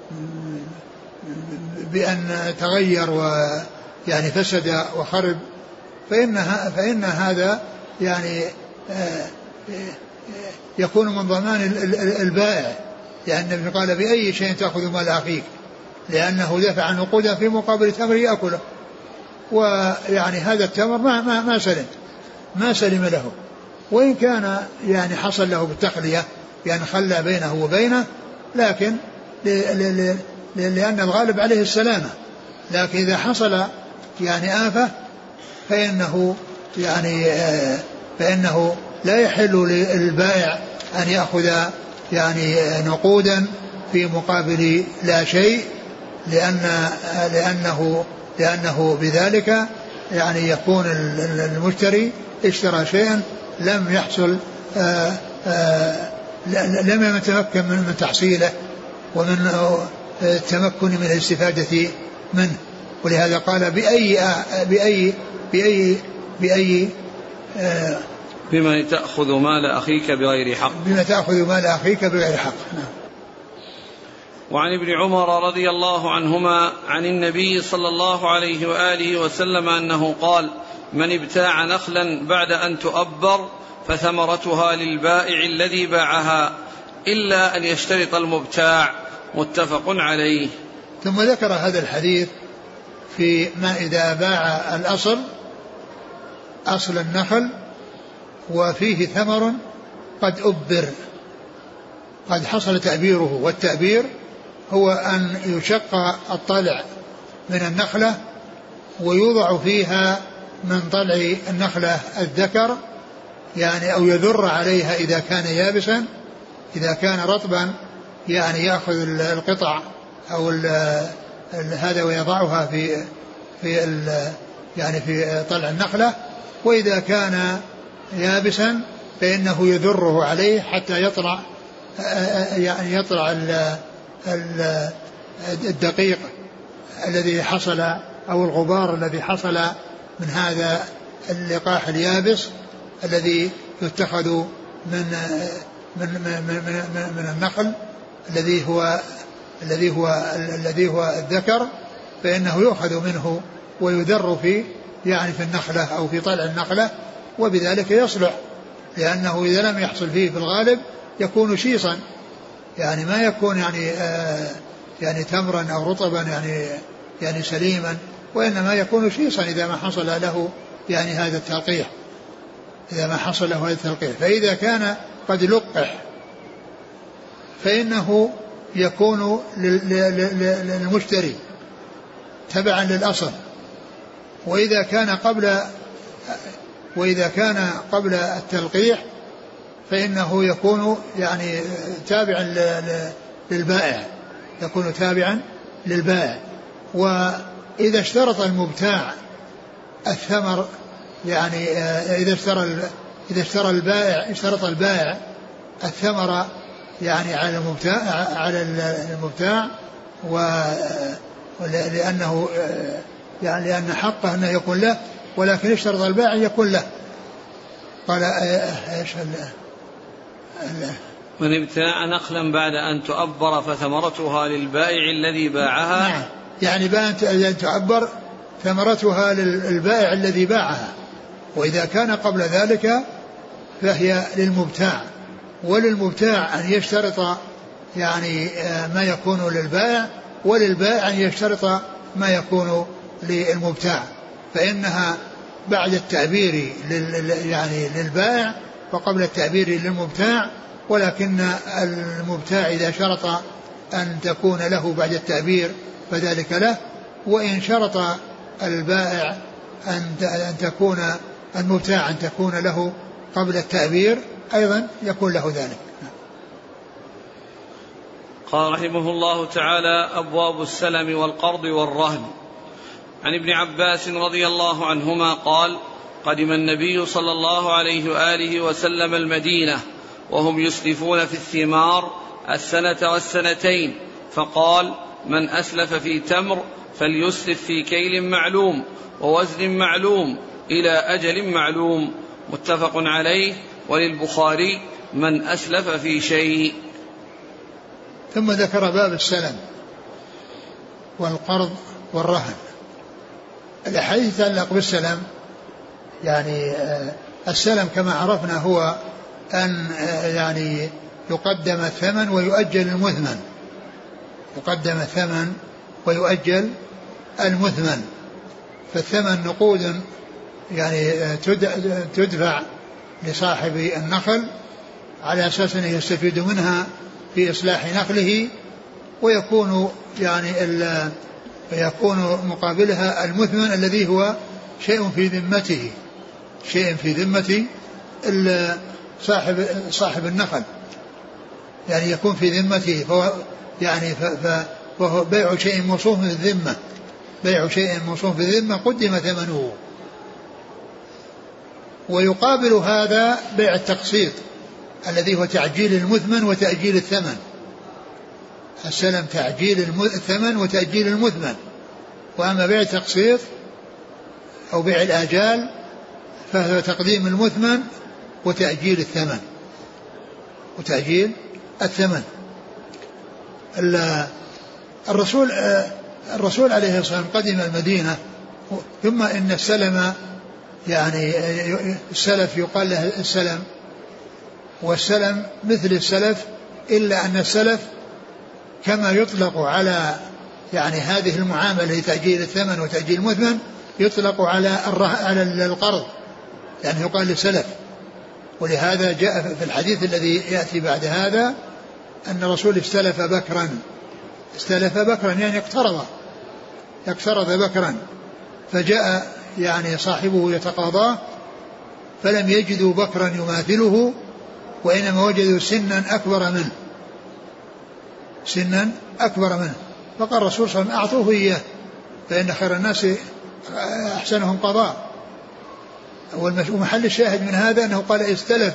بأن تغير ويعني فسد وخرب، فإنها فإن هذا يعني يكون من ضمان البائع، لأن النبي قال بأي شيء تأخذ مال أخيك، لأنه دفع نقودا في مقابل تمر يأكله. ويعني هذا التمر ما ما ما سلم ما سلم له، وإن كان يعني حصل له بالتخلية يعني خلى بينه وبينه، لكن لأن الغالب عليه السلامة. لكن إذا حصل يعني آفة فإنه يعني فإنه لا يحل للبائع أن يأخذ يعني نقودا في مقابل لا شيء، لأن لأنه لأنه بذلك يعني يكون المشتري اشترى شيئا لم يحصل آآ آآ لم يتمكن من تحصيله ومن التمكن من الاستفادة منه. ولهذا قال بأي بأي بأي بأي بما تأخذ مال أخيك بغير حق بما تأخذ مال أخيك بغير حق. نعم. وعن ابن عمر رضي الله عنهما عن النبي صلى الله عليه وآله وسلم أنه قال: من ابتاع نخلا بعد أن تؤبر فثمرتها للبائع الذي باعها إلا أن يشترط المبتاع. متفق عليه. ثم ذكر هذا الحديث في ما إذا باع الأصل أصل النخل وفيه ثمر قد أبر، قد حصل تأبيره، والتأبير هو أن يشق الطلع من النخلة ويوضع فيها من طلع النخلة الذكر يعني أو يذر عليها إذا كان يابسا، إذا كان رطبا يعني يأخذ القطع أو ال ال هذا ويضعها في في ال يعني في طلع النخلة، وإذا كان يابسا فإنه يذره عليه حتى يطلع يعني يطلع الدقيق الذي حصل أو الغبار الذي حصل من هذا اللقاح اليابس الذي يتخذ من من من من, من النخل الذي هو الذي هو الذي هو الذكر، فإنه يؤخذ منه ويذر في يعني في النخلة أو في طلع النخلة، وبذلك يصلح، لأنه إذا لم يحصل فيه في الغالب يكون شيصا، يعني ما يكون يعني آه يعني تمرا أو رطبا يعني يعني سليما، وإنما يكون شيصا إذا ما حصل له يعني هذا التلقيح، إذا ما حصل له هذا التلقيح. فإذا كان قد لقح فإنه يكون للمشتري تبعا للأصل، وإذا كان قبل وإذا كان قبل التلقيح فإنه يكون يعني تابعا للبائع، يكون تابعا للبائع. وإذا اشترط المبتاع الثمر يعني إذا اشترى إذا اشترى البائع اشترط البائع الثمر يعني على المبتاع على المبتاع ولأنه يعني لأن حقه أنه يكون له، ولكن اشترط البائع يكون له. قال ايش من ابتاع نخلا بعد أن تؤبر فثمرتها للبائع الذي باعها. نعم، يعني بعد أن تؤبر ثمرتها للبائع الذي باعها، وإذا كان قبل ذلك فهي للمبتاع، وللمبتاع أن يشترط يعني ما يكون للبائع، وللبائع أن يشترط ما يكون للمبتاع، فإنها بعد التعبير يعني للبائع وقبل التعبير للمبتاع، ولكن المبتاع إذا شرط أن تكون له بعد التعبير فذلك له، وإن شرط البائع أن تكون المبتاع أن تكون له قبل التعبير أيضا يكون له ذلك. قال رحمه الله تعالى: أبواب السلم والقرض والرهن. عن ابن عباس رضي الله عنهما قال: قدم النبي صلى الله عليه وآله وسلم المدينة وهم يسلفون في الثمار السنة والسنتين، فقال: من أسلف في تمر فليسلف في كيل معلوم ووزن معلوم إلى أجل معلوم. متفق عليه. وللبخاري: من أسلف في شيء. ثم ذكر باب السلم والقرض والرهن. الأحاديث تتعلق بالسلم، يعني السلم كما عرفنا هو أن يعني يقدم الثمن ويؤجل المثمن، يقدم الثمن ويؤجل المثمن. فالثمن نقود يعني تدفع لصاحب النخل على أساس أنه يستفيد منها في إصلاح نخله، ويكون يعني فيكون مقابلها المثمن الذي هو شيء في ذمته شيء في ذمة صاحب صاحب النخل، يعني يكون في ذمته، فهو يعني فهو بيع شيء موصوف بالذمة بيع شيء موصوف بالذمة قدم ثمنه. ويقابل هذا بيع التقسيط الذي هو تعجيل المثمن وتأجيل الثمن. السلم تعجيل الثمن وتأجيل المثمن، وأما بيع التقسيط أو بيع الآجال فهو تقديم المثمن وتأجيل الثمن وتأجيل الثمن. الرسول الرسول عليه الصلاة والسلام قدم المدينة، ثم إن السلم يعني السلف يقال له السلم، والسلم مثل السلف، إلا أن السلف كما يطلق على يعني هذه المعاملة لتأجيل الثمن وتأجيل المثمن يطلق على على القرض، يعني يقال للسلف. ولهذا جاء في الحديث الذي يأتي بعد هذا أن الرسول استلف بكرا استلف بكرا يعني اقترض اقترض بكرا، فجاء يعني صاحبه يتقاضاه فلم يجدوا بكرا يماثله، وإنما وجدوا سنا أكبر منه سنا أكبر منه فقال الرسول صلى الله عليه وسلم أعطوه إياه فإن خير الناس أحسنهم قضاء. ومحل الشاهد من هذا أنه قال استلف،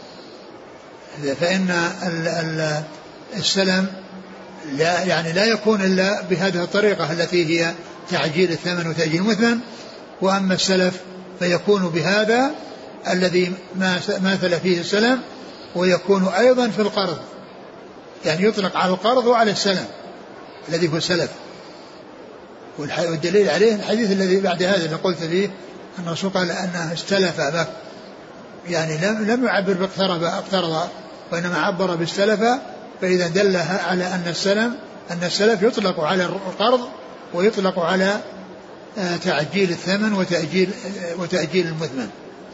فإن السلم لا يعني لا يكون إلا بهذه الطريقة التي هي تعجيل الثمن وتأجيل المثمن، وأما السلف فيكون بهذا الذي ماثل فيه السلم، ويكون أيضا في القرض، يعني يطلق على القرض وعلى السلم الذي هو السلف. والدليل عليه الحديث الذي بعد هذا اللي قلت فيه أن الرسول قال أنه استلف بك، يعني لم لم يعبر باقترض اقترض وإنما عبر باستلف، فإذا دل على أن السلم أن السلف يطلق على القرض ويطلق على تعجيل الثمن وتأجيل وتأجيل المثمن.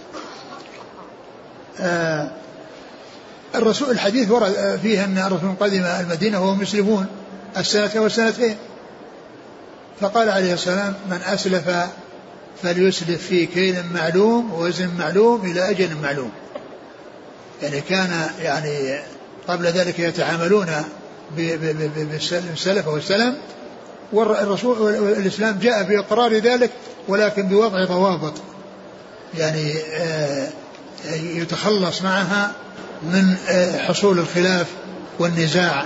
الرسول الحديث ورد فيه أن الرسول قدم المدينة وهم يسلفون السنة والسنتين، فقال عليه السلام من أسلف فليسلف في كيل معلوم ووزن معلوم إلى أجل معلوم. يعني كان يعني قبل ذلك يتعاملون بالسلف والسلم، والرسول والإسلام جاء بإقرار ذلك ولكن بوضع ضوابط يعني يتخلص معها من حصول الخلاف والنزاع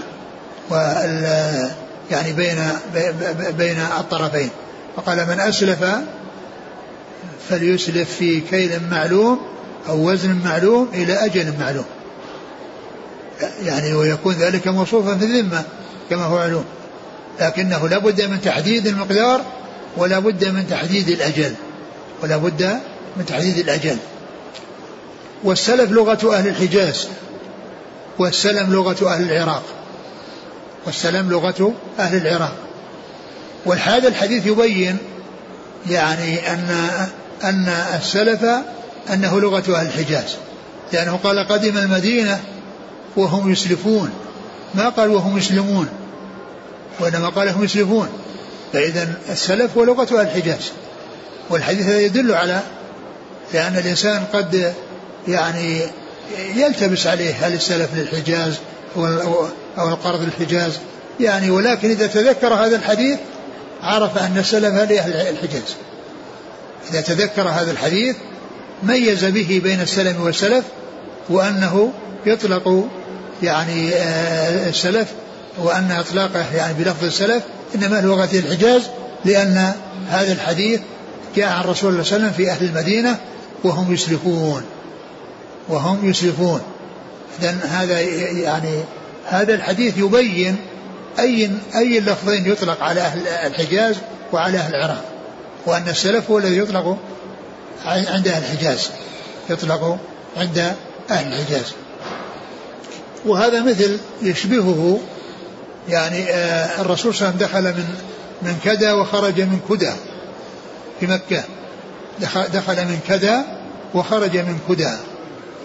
يعني بين بين الطرفين. فقال من أسلف فليسلف في كيل معلوم أو وزن معلوم إلى أجل معلوم، يعني ويكون ذلك موصوفا في الذمة كما هو معلوم، لكنه لا بد من تحديد المقدار ولا بد من تحديد الأجل ولا بد من تحديد الأجل. والسلف لغة أهل الحجاز، والسلم لغة أهل العراق، والسلم لغة أهل العراق. والهذا الحديث يبين يعني أن أن السلف أنه لغة أهل الحجاز، لأنه قال قدم المدينة وهم يسلفون، ما قال وهم يسلمون، وإنما قال هم يسلفون، فإذا السلف هو لغة أهل الحجاز. والحديث هذا يدل على لأن الإنسان قد يعني يلتبس عليه هل السلف للحجاز أو القرض للحجاز يعني، ولكن إذا تذكر هذا الحديث عرف أن السلف لأهل الحجاز. إذا تذكر هذا الحديث ميز به بين السلم والسلف، وأنه يطلق يعني السلف، وأن إطلاقه يعني بلفظ السلف إنما لغة الحجاز، لأن هذا الحديث جاء عن الرسول صلى الله عليه وسلم في أهل المدينة وهم يسلفون وهم يسلفون. إذن هذا يعني هذا الحديث يبين أي أي اللفظين يطلق على أهل الحجاز وعلى أهل العراق، وأن السلف هو الذي يطلق عند أهل الحجاز يطلق عند أهل الحجاز. وهذا مثل يشبهه يعني آه الرسول صلى الله عليه وسلم دخل من من كذا وخرج من كدى في مكة، دخل من كذا وخرج من كدى،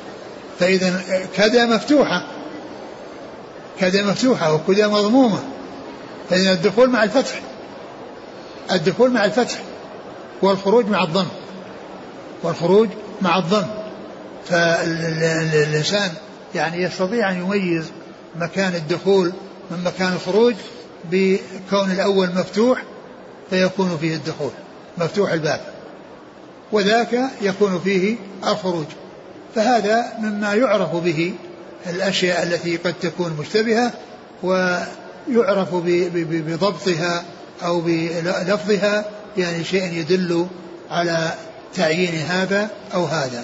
فإذا كذا مفتوحة كذا مفتوحة وكذا مضمومة، فإذا الدخول مع الفتح الدخول مع الفتح والخروج مع الضم والخروج مع الضم فالإنسان يعني يستطيع أن يميز مكان الدخول من مكان الخروج بكون الأول مفتوح فيكون فيه الدخول مفتوح الباب، وذاك يكون فيه الخروج. فهذا مما يعرف به الأشياء التي قد تكون مشتبهة ويعرف بضبطها أو بلفظها، يعني شيء يدل على تعيين هذا أو هذا.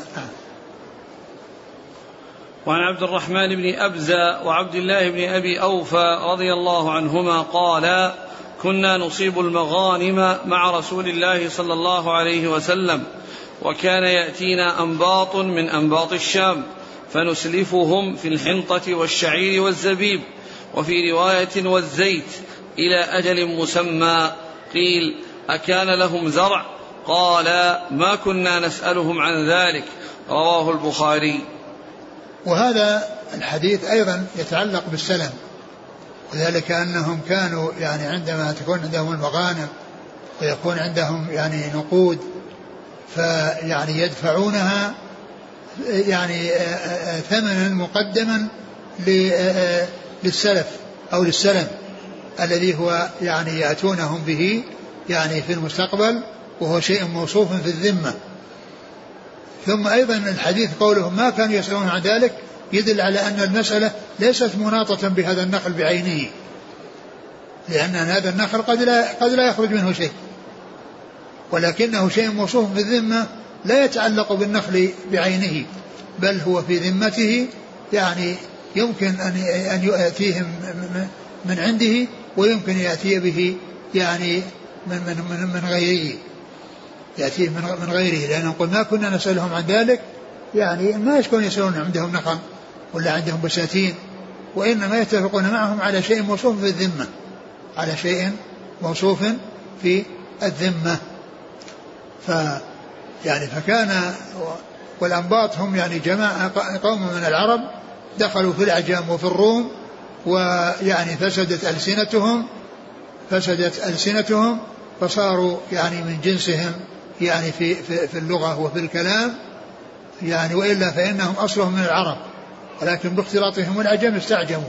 وعن عبد الرحمن بن أبزة وعبد الله بن أبي أوفى رضي الله عنهما قال: كنا نصيب المغانم مع رسول الله صلى الله عليه وسلم، وكان يأتينا أنباط من أنباط الشام فنسلفهم في الحنطة والشعير والزبيب، وفي رواية والزيت، إلى أجل مسمى. قيل: أكان لهم زرع؟ قال: ما كنا نسألهم عن ذلك. رواه البخاري. وهذا الحديث أيضا يتعلق بالسلم، وذلك أنهم كانوا يعني عندما تكون عندهم المغانم ويكون عندهم يعني نقود فيعني يدفعونها يعني ثمنا مقدما للسلف أو للسلم الذي هو يعني يأتونهم به يعني في المستقبل، وهو شيء موصوف في الذمة. ثم أيضا الحديث قوله ما كانوا يسألون عن ذلك يدل على أن المسألة ليست مناطة بهذا النخل بعينه، لأن هذا النخل قد لا, قد لا يخرج منه شيء، ولكنه شيء موصوف في الذمة لا يتعلق بالنخل بعينه، بل هو في ذمته، يعني يمكن أن يأتيهم من عنده ويمكن يأتي به يعني من, من, من غيره يأتيه من غيره، لأن نقول ما كنا نسألهم عن ذلك، يعني ما يشكون يسألون عندهم نخل ولا عندهم بساتين، وإنما يتفقون معهم على شيء موصوف في الذمة على شيء موصوف في الذمة. ف يعني فكان والأنباط هم يعني جماعة قوم من العرب دخلوا في العجام وفي الروم، ويعني فسدت ألسنتهم فسدت ألسنتهم فصاروا يعني من جنسهم يعني في, في, في اللغة وفي الكلام، يعني وإلا فإنهم أصلهم من العرب، ولكن باختلاطهم العجم استعجموا.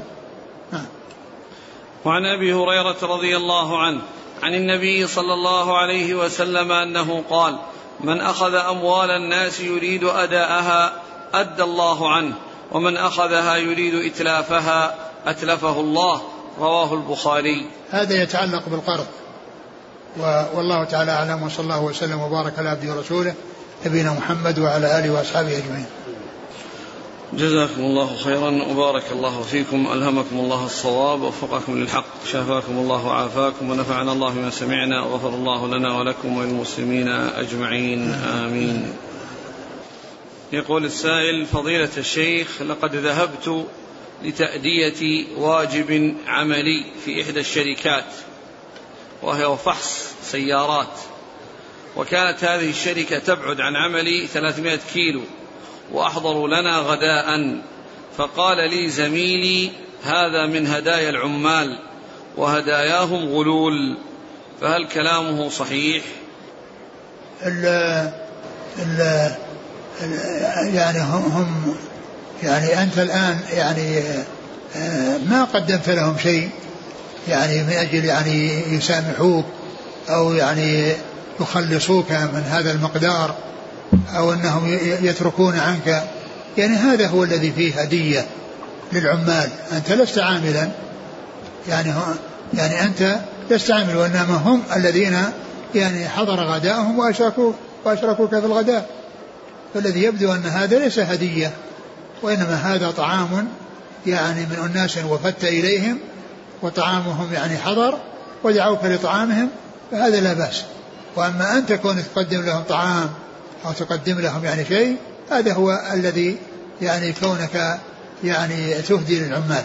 وعن أبي هريرة رضي الله عنه عن النبي صلى الله عليه وسلم أنه قال: من أخذ أموال الناس يريد أداءها أدى الله عنه، ومن أخذها يريد إتلافها أتلفه الله. رواه البخاري. هذا يتعلق بالقرض. والله تعالى أعلم، وصلى الله وسلم وبارك على عبده ورسوله نبينا محمد وعلى آله وأصحابه أجمعين. جزاكم الله خيرا وبارك الله فيكم، ألهمكم الله الصواب ووفقكم للحق، شافاكم الله وعافاكم، ونفعنا الله بما سمعنا، وغفر الله لنا ولكم وللمسلمين أجمعين، آمين. يقول السائل: فضيلة الشيخ، لقد ذهبت لتأدية واجب عملي في إحدى الشركات وهي فحص سيارات، وكانت هذه الشركة تبعد عن عملي ثلاثمائة كيلو، وأحضروا لنا غداء، فقال لي زميلي: هذا من هدايا العمال وهداياهم غلول، فهل كلامه صحيح؟ ال ال يعني هم يعني أنت الآن يعني ما قدمت لهم شيء يعني من أجل يعني يسامحوك أو يعني يخلصوك من هذا المقدار أو أنهم يتركون عنك، يعني هذا هو الذي فيه هدية للعمال. أنت لست عاملا، يعني يعني أنت لست عامل، وإنما هم الذين يعني حضر غداءهم وأشركوا وأشركوك في الغداء، فالذي يبدو أن هذا ليس هدية، وإنما هذا طعام يعني من أناس وفدت إليهم وطعامهم يعني حضر ودعوك لطعامهم، فهذا لا بأس. وأما أن تكون تقدم لهم طعام أو تقدم لهم يعني شيء، هذا هو الذي يعني كونك يعني تهدي للعمال.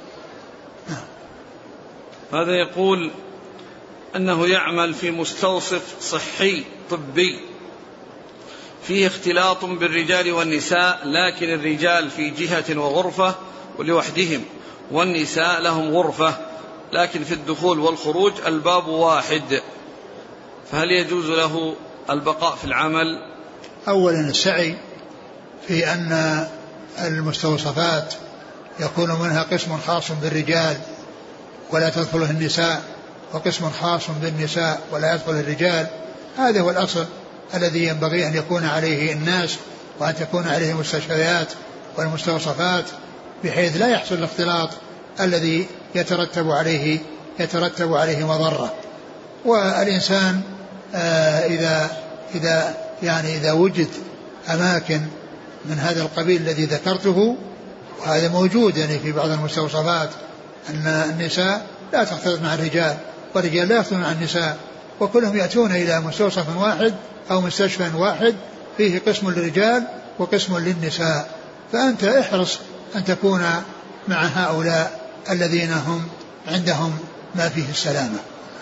هذا يقول أنه يعمل في مستوصف صحي طبي، فيه اختلاط بالرجال والنساء، لكن الرجال في جهة وغرفة لوحدهم، والنساء لهم غرفة، لكن في الدخول والخروج الباب واحد، فهل يجوز له البقاء في العمل؟ أولا السعي في أن المستوصفات يكون منها قسم خاص بالرجال ولا تدخله النساء، وقسم خاص بالنساء ولا يدخل الرجال، هذا هو الأصل الذي ينبغي أن يكون عليه الناس، وأن تكون عليه المستشفيات والمستوصفات، بحيث لا يحصل الاختلاط الذي يترتب عليه يترتب عليه مضرة. والإنسان آه إذا إذا يعني إذا وجد أماكن من هذا القبيل الذي ذكرته، وهذا موجود يعني في بعض المستوصفات، أن النساء لا تختلط مع الرجال والرجال لا يختلط مع النساء، وكلهم يأتون إلى مستوصف واحد أو مستشفى واحد فيه قسم للرجال وقسم للنساء، فأنت احرص أن تكون مع هؤلاء الذين هم عندهم ما فيه السلامة.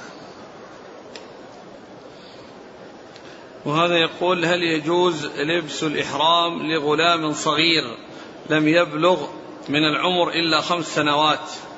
وهذا يقول: هل يجوز لبس الإحرام لغلام صغير لم يبلغ من العمر إلا خمس سنوات؟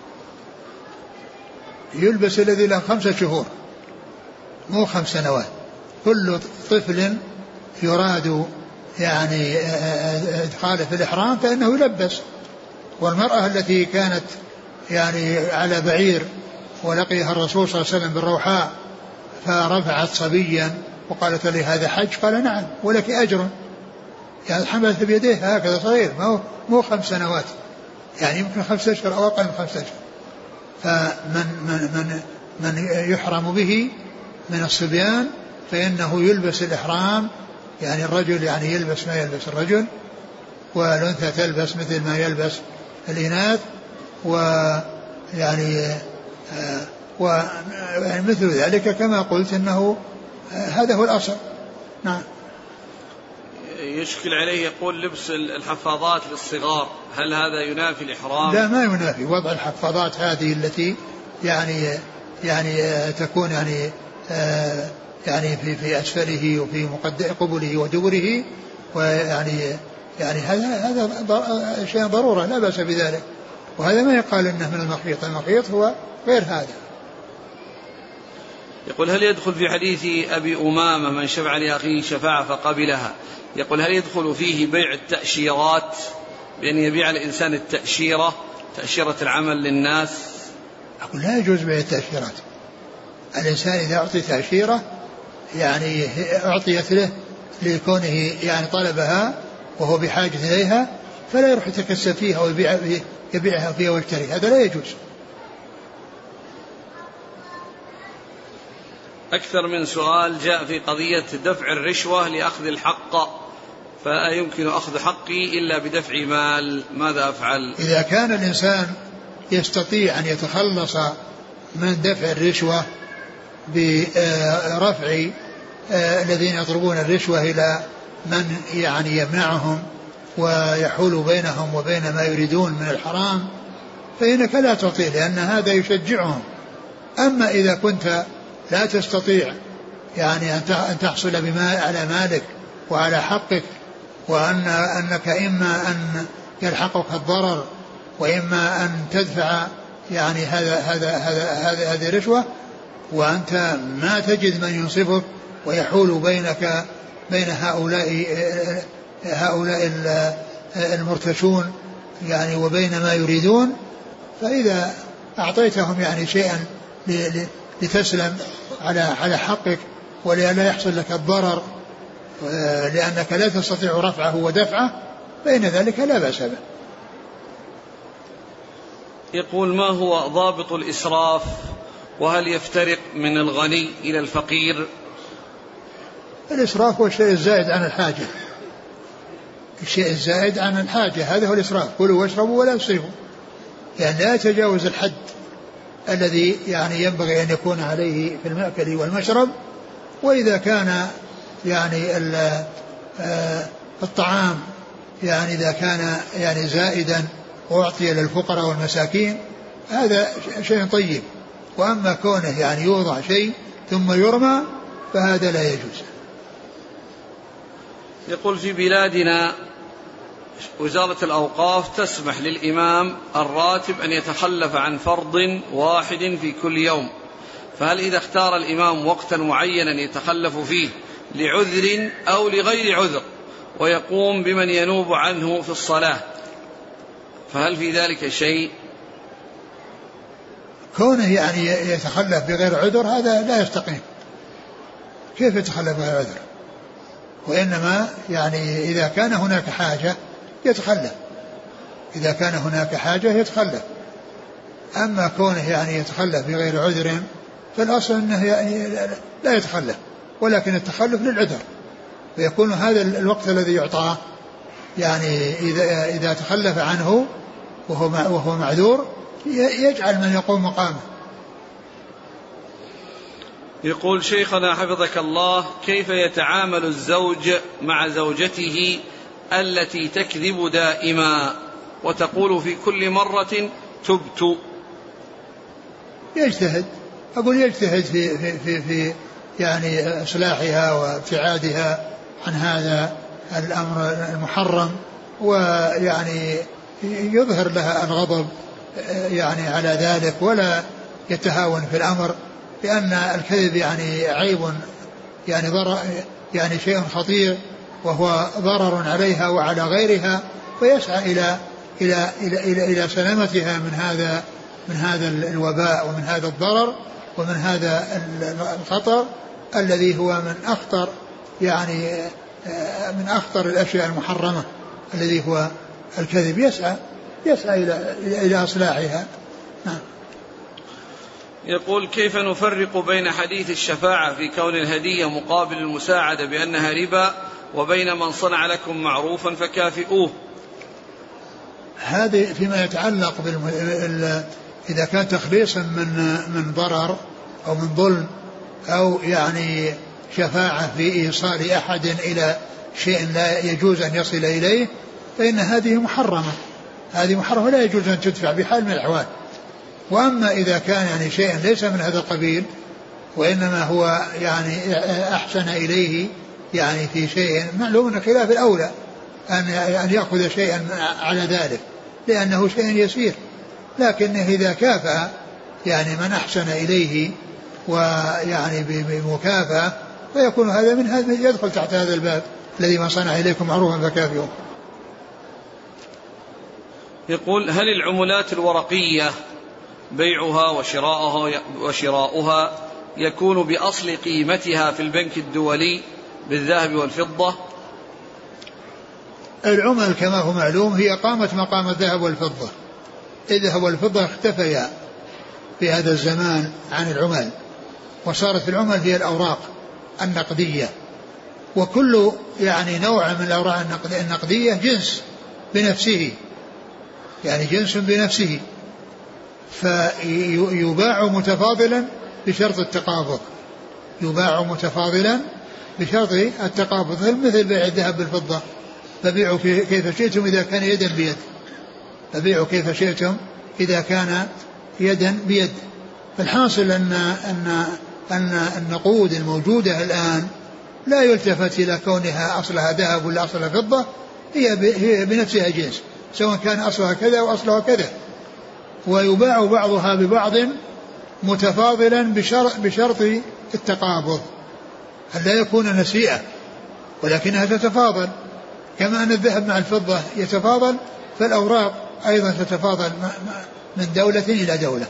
يلبس الذي له خمسة شهور مو خمس سنوات. كل طفل يراد يعني إدخاله في الإحرام فإنه يلبس. والمرأة التي كانت يعني على بعير ولقيها الرسول صلى الله عليه وسلم بالروحاء فرفعت صبيا وقالت لي هذا حج، قال نعم ولك أجر، يعني حملت بيديه هكذا صغير مو مو خمس سنوات، يعني يمكن خمسة أشهر أو أقل من خمسة أشهر. فمن من من من يحرم به من الصبيان فإنه يلبس الإحرام، يعني الرجل يعني يلبس ما يلبس الرجل، والأنثى تلبس مثل ما يلبس الإناث، ويعني آه ومثل ذلك كما قلت أنه آه هذا هو الأصل. نعم. يشكل عليه يقول لبس الحفاضات للصغار، هل هذا ينافي الإحرام؟ لا ما ينافي. وضع الحفاضات هذه التي يعني يعني تكون يعني آه يعني في في أسفله وفي قبله ودبره، ويعني يعني هذا هذا شيء ضرورة لا بأس بذلك، وهذا ما يقال انه من المخيط، المخيط هو غير هذا. يقول: هل يدخل في حديث أبي أمامة من شفع لأخيه شفاعة فقبلها، يقول هل يدخل فيه بيع التأشيرات، بأن يبيع الإنسان التأشيرة تأشيرة العمل للناس؟ أقول لا يجوز بيع التأشيرات. الإنسان إذا أعطي تأشيرة يعني أعطيت له لكونه يعني طلبها وهو بحاجة إليها، فلا يروح يتكسب فيها ويبيع يبيعها فيها ويشتري، هذا لا يجوز. أكثر من سؤال جاء في قضية دفع الرشوة لأخذ الحق، فلا يمكن أخذ حقي إلا بدفع مال، ماذا أفعل؟ إذا كان الإنسان يستطيع أن يتخلص من دفع الرشوة برفع الذين يطلبون الرشوة إلى من يعني يمنعهم ويحول بينهم وبين ما يريدون من الحرام، فإنك لا تعطيه، لأن هذا يشجعهم. أما إذا كنت لا تستطيع يعني أن تحصل بما على مالك وعلى حقك، وأن أنك إما أن يلحقك الضرر وإما أن تدفع يعني هذا هذا هذا هذا هذه رشوة، وأنت ما تجد من ينصفك ويحول بينك بين هؤلاء هؤلاء المرتشون يعني وبين ما يريدون، فإذا أعطيتهم يعني شيئا لتسلم على على حقك ولئلا يحصل لك الضرر لأنك لا تستطيع رفعه ودفعه، فإن ذلك لا بأس به. يقول: ما هو ضابط الإسراف، وهل يفترق من الغني إلى الفقير؟ الإسراف هو الشيء الزائد عن الحاجة، الشيء الزائد عن الحاجة هذا هو الإسراف. كلوا واشربوا ولا تسرفوا، يعني لا يتجاوز الحد الذي يعني ينبغي أن يكون عليه في المأكل والمشرب. وإذا كان يعني الطعام يعني إذا كان يعني زائدا وأعطي للفقراء والمساكين هذا شيء طيب، وأما كونه يعني يوضع شيء ثم يرمى فهذا لا يجوز. يقول في بلادنا وزارة الأوقاف تسمح للإمام الراتب أن يتخلف عن فرض واحد في كل يوم، فهل إذا اختار الإمام وقتا معينا يتخلف فيه لعذر أو لغير عذر ويقوم بمن ينوب عنه في الصلاة، فهل في ذلك شيء؟ كونه يعني يتخلف بغير عذر هذا لا يستقيم. كيف يتخلف بغير عذر؟ وإنما يعني إذا كان هناك حاجة يتخلف، إذا كان هناك حاجة يتخلف. أما كونه يعني يتخلف بغير عذر فالأصل أنه يعني لا يتخلف، ولكن التخلف للعذر، فيكون هذا الوقت الذي يعطاه يعني إذا إذا تخلف عنه وهو وهو معذور يجعل من يقوم مقامه. يقول شيخنا حفظك الله: كيف يتعامل الزوج مع زوجته التي تكذب دائما وتقول في كل مرة تبت؟ يجتهد، أقول يجتهد في, في, في, في يعني إصلاحها وابتعادها عن هذا الأمر المحرم، ويعني يظهر لها الغضب يعني على ذلك ولا يتهاون في الأمر، لأن الكذب يعني عيب يعني ضرر يعني شيء خطير وهو ضرر عليها وعلى غيرها، فيسعى إلى إلى إلى إلى, إلى سلامتها من هذا من هذا الوباء ومن هذا الضرر ومن هذا الخطر الذي هو من أخطر يعني من أخطر الأشياء المحرمة الذي هو الكذب. يسعى يسعى إلى إلى إصلاحها. نعم. يقول: كيف نفرق بين حديث الشفاعة في كون الهدية مقابل المساعدة بأنها ربا وبين من صنع لكم معروفا فكافئوه؟ هذه فيما يتعلق بالم... إذا كان تخليصا من من ضرر أو من ظلم أو يعني شفاعة في إيصال أحد إلى شيء لا يجوز أن يصل إليه فإن هذه محرمة، هذه محرمة لا يجوز أن تدفع بحال من الأحوال. وأما إذا كان يعني شيء ليس من هذا القبيل وإنما هو يعني أحسن إليه يعني في شيء معلوم أن خلاف الأولى أن أن يأخذ شيئا على ذلك لأنه شيء يسير، لكن إذا كافأ يعني من أحسن إليه ويعني بمكافأة فيكون هذا من هذا يدخل تحت هذا الباب الذي ما صنع إليكم معروفا فكافئوه. يقول: هل العملات الورقية بيعها وشراؤها وشراؤها يكون بأصل قيمتها في البنك الدولي بالذهب والفضة؟ العمل كما هو معلوم هي قامت مقام الذهب والفضة، الذهب والفضة اختفيا في هذا الزمان عن العمل، وصارت العمل هي الأوراق النقدية، وكل يعني نوع من الأوراق النقدية جنس بنفسه، يعني جنس بنفسه، فيباع متفاضلا بشرط التقابض، يباع متفاضلا بشرط التقابض، مثل بيع الذهب بالفضة، فبيعوا كيف شئتم إذا كان يدا بيد، فبيعوا كيف شئتم إذا كان يدا بيد. فالحاصل أن أن أن النقود الموجودة الآن لا يلتفت إلى كونها أصلها ذهب ولا أصلها فضة، هي بنفسها جنس، سواء كان أصلها كذا وأصلها كذا، ويباع بعضها ببعض متفاضلا بشرط, بشرط التقابض، أن لا يكون نسيئة ولكنها تتفاضل، كما أن الذهب مع الفضة يتفاضل، فالأوراق أيضا تتفاضل من دولة إلى دولة.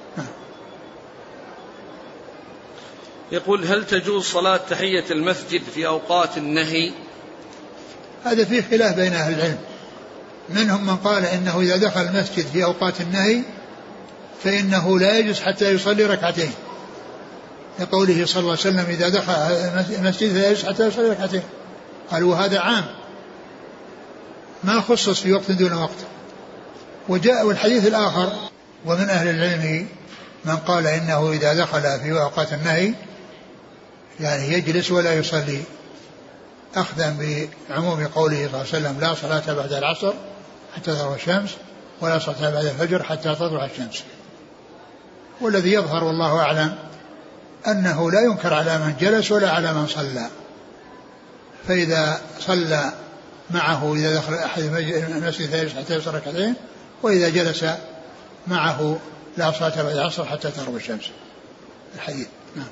يقول: هل تجوز صلاة تحية المسجد في أوقات النهي؟ هذا فيه خلاف بين أهل العلم، منهم من قال إنه إذا دخل المسجد في أوقات النهي فإنه لا يجوز حتى يصلي ركعتين، لقوله صلى الله عليه وسلم: إذا دخل المسجد لا يجوز حتى يصلي ركعتين. قالوا وهذا عام ما خصص في وقت دون وقت. وجاء الحديث الآخر: ومن أهل العلم من قال إنه إذا دخل في أوقات النهي يعني يجلس ولا يصلي، أخذا بعموم قوله صلى الله عليه وسلم: لا صلاة بعد العصر حتى تطلع الشمس ولا صلاة بعد الفجر حتى تطلع الشمس. والذي يظهر والله أعلم أنه لا ينكر على من جلس ولا على من صلى، فإذا صلى معه إذا دخل أحد المسجد فيجلس حتى يصلي ركعتين، وإذا جلس معه لا صلاة بعد العصر حتى تغرب الشمس. الحديث. نعم.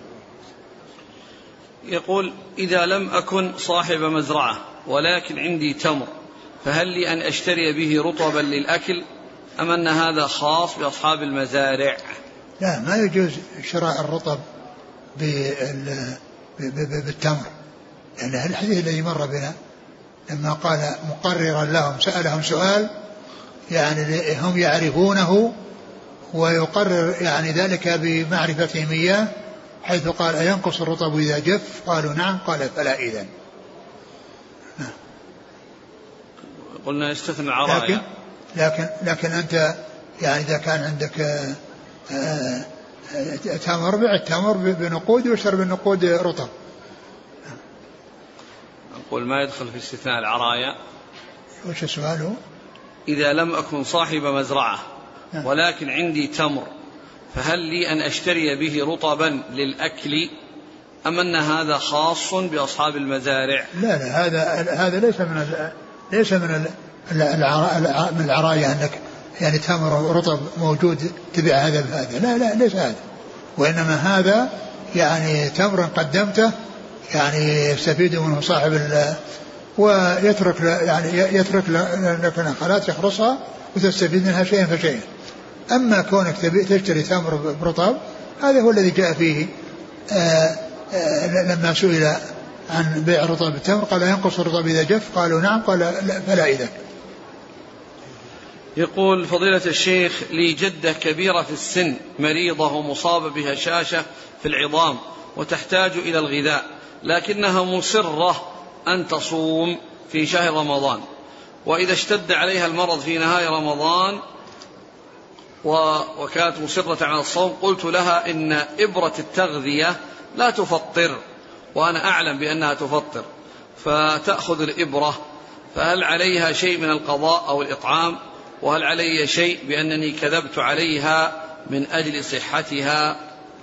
يقول: إذا لم أكن صاحب مزرعة ولكن عندي تمر، فهل لي أن أشتري به رطبا للأكل أم أن هذا خاص بأصحاب المزارع؟ لا، ما يجوز شراء الرطب بالتمر، لأن يعني الحديث الذي مر بنا لما قال مقررا لهم سألهم سؤال يعني هم يعرفونه ويقرر يعني ذلك بمعرفتهم إياه، حيث قال: أينقص الرطب إذا جف؟ قالوا: نعم. قال: فلا إذن. قلنا يستثنى العرايا. لكن, لكن, لكن أنت يعني إذا كان عندك آآ آآ تمر، بيع التمر بنقود واشتري بالنقود رطب. أقول ما يدخل في استثناء العرايا. وش سؤاله؟ إذا لم أكن صاحب مزرعة ولكن عندي تمر، فهل لي أن أشتري به رطبا للأكل أم أن هذا خاص بأصحاب المزارع؟ لا لا، هذا هذا ليس من ليس من من العرايا أنك يعني تمر رطب موجود تبيع هذا بهذا، لا لا ليس هذا، وإنما هذا يعني تمر قدمته يعني يستفيد منه صاحب ال ويترك يعني يترك لك نخلات يخرصها وتستفيد منها شيئا فشيئا. أما كونك تشتري تمر برطب هذا هو الذي جاء فيه آآ آآ لما سئل عن بيع رطب التمر قال: ينقص الرطب إذا جف؟ قالوا: نعم. قال: فلا إذن. يقول: فضيلة الشيخ، لي جدة كبيرة في السن مريضة ومصابة بهشاشة في العظام وتحتاج إلى الغذاء، لكنها مصرة أن تصوم في شهر رمضان، وإذا اشتد عليها المرض في نهاية رمضان وكانت مصرة على الصوم قلت لها إن إبرة التغذية لا تفطر، وأنا أعلم بأنها تفطر، فتأخذ الإبرة، فهل عليها شيء من القضاء أو الإطعام؟ وهل علي شيء بأنني كذبت عليها من أجل صحتها؟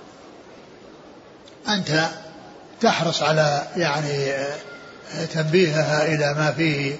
أنت تحرص على يعني تنبيهها إلى ما فيه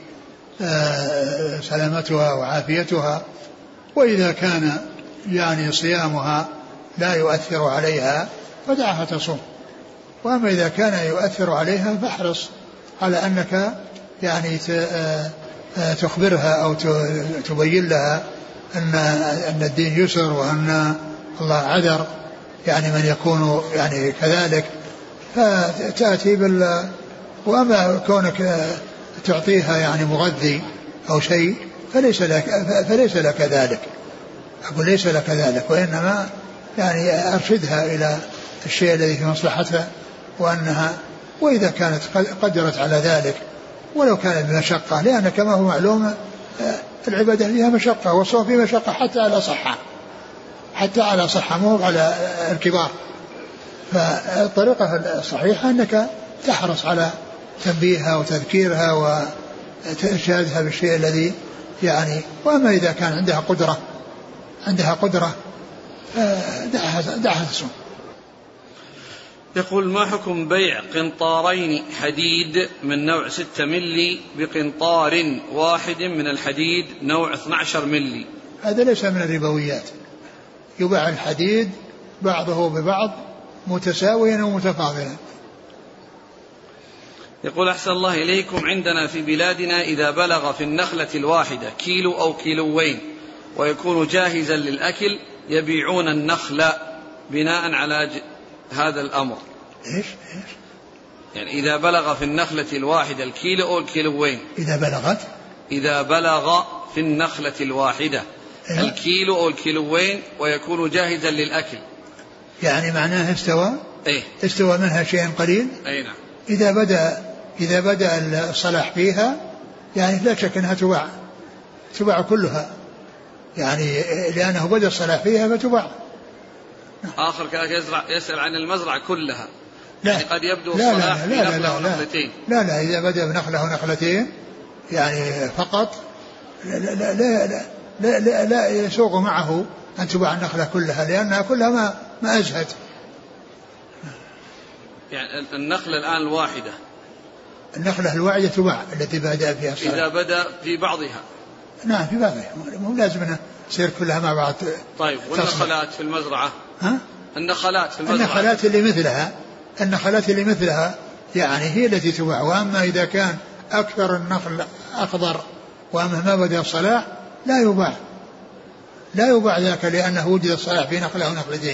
سلامتها وعافيتها، وإذا كان يعني صيامها لا يؤثر عليها فدعها تصوم، وأما إذا كان يؤثر عليها فاحرص على أنك يعني تخبرها أو تبين لها أن أن الدين يسر وأن الله عذر يعني من يكون يعني كذلك، فتأتي بال. وأما كونك تعطيها يعني مغذي أو شيء فليس لك فليس لك ذلك، أقول ليس لك ذلك، وإنما يعني أرشدها إلى الشيء الذي في مصلحتها، وأنها وإذا كانت قدرت على ذلك ولو كانت بمشقة، لأن كما هو معلوم العبادة فيها مشقة والصوم فيه مشقة حتى على صحة حتى على صحة مو على الكبار. فالطريقة الصحيحة أنك تحرص على تنبيهها وتذكيرها وترشادها بالشيء الذي يعني. وأما إذا كان عندها قدرة عندها قدرة دعها دعها تصوم. يقول: ما حكم بيع قنطارين حديد من نوع ستة ملي بقنطار واحد من الحديد نوع اثني عشر ملي؟ هذا ليس من الربويات، يباع الحديد بعضه ببعض متساويا ومتفاضلا. يقول: أحسن الله إليكم، عندنا في بلادنا إذا بلغ في النخلة الواحدة كيلو أو كيلوين ويكون جاهزا للأكل يبيعون النخل بناء على ج... هذا الأمر. إيش إيش يعني إذا بلغ في النخلة الواحدة الكيلو أو الكيلوين، إذا بلغت إذا بلغ في النخلة الواحدة إيه؟ الكيلو أو الكيلوين ويكون جاهزا للأكل، يعني معناه استوى إيه؟ استوى منها شيء قليل. أي نعم. إذا بدأ إذا بدأ الصلاح فيها يعني لا شك أنها تباع تباع كلها، يعني لأنه بدأ الصلاح فيها فتباع. آخر كذلك يزرع يسأل عن المزرعة كلها، لا يعني قد يبدو لا الصلاح لا في لا نخلة لا ونخلتين. لا لا إذا بدأ بنخلة ونخلتين يعني فقط لا لا لا لا, لا, لا, لا يسوق معه أن تباع النخلة كلها، لأنها كلها ما ما أزهد. يعني النخلة الآن الواحدة النخلة الواعية تباع التي بدأ فيها الصلاة. إذا بدأ في بعضها. نعم في بعضها، مو لازم أنها تصير كلها مع بعض. طيب والنخلات في المزرعة؟ ها؟ النخلات في المزرعة. النخلات اللي مثلها النخلات اللي مثلها يعني هي التي تباع. وأما إذا كان أكثر النخل أخضر وأما ما بدأ الصلاح لا يباع لا يباع ذاك لأنه وجد الصلاح في نخلة أو نخلتين.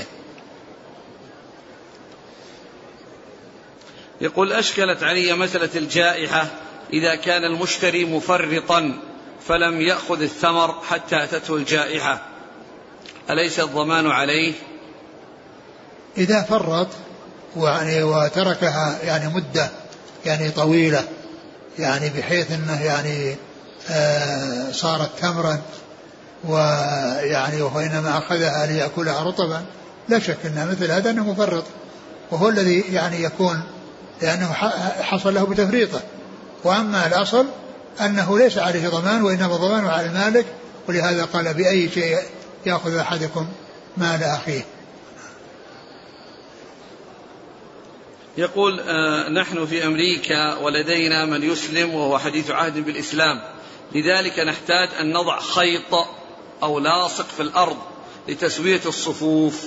يقول أشكلت علي مسألة الجائحة إذا كان المشتري مفرطا فلم يأخذ الثمر حتى أتته الجائحة أليس الضمان عليه؟ إذا فرط يعني وتركها يعني مدة يعني طويلة يعني بحيث أنه يعني آه صارت تمرا ويعني وإنما أخذها ليأكلها رطبا لا شك أنه مثل هذا أنه مفرط وهو الذي يعني يكون لأنه حصل له بتفريطه. وأما الأصل أنه ليس عليه ضمان وإنما ضمانه على المالك ولهذا قال بأي شيء يأخذ أحدكم مال أخيه. يقول آه نحن في أمريكا ولدينا من يسلم وهو حديث عهد بالإسلام لذلك نحتاج أن نضع خيط أو لاصق في الأرض لتسوية الصفوف.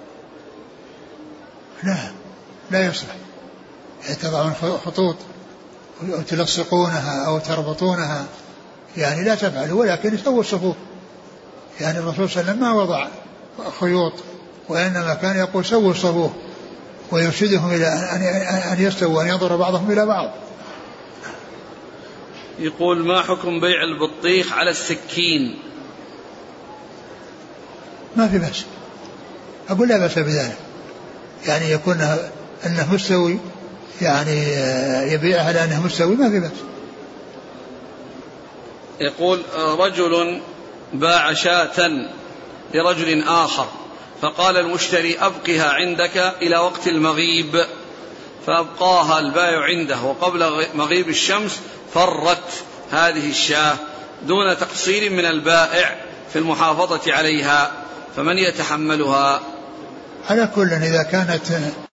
لا لا يصلح تضعون خطوط وتلصقونها أو تربطونها يعني لا تفعلوا ولكن يسووا الصفوف. يعني الرسول صلى الله عليه وسلم ما وضع خيوط وإنما كان يقول سووا الصفوف ويرشدهم إلى أن يستووا وأن ينظر بعضهم إلى بعض. يقول ما حكم بيع البطيخ على السكين؟ ما في بأس أقول لا بأس بذلك يعني يكون أنه مستوي يعني يبيعها على أنه مستوي ما في بأس. يقول رجل باع شاة لرجل آخر فقال المشتري أبقها عندك إلى وقت المغيب فأبقاها البائع عنده وقبل مغيب الشمس فرت هذه الشاة دون تقصير من البائع في المحافظة عليها فمن يتحملها؟ على كل إذا كانت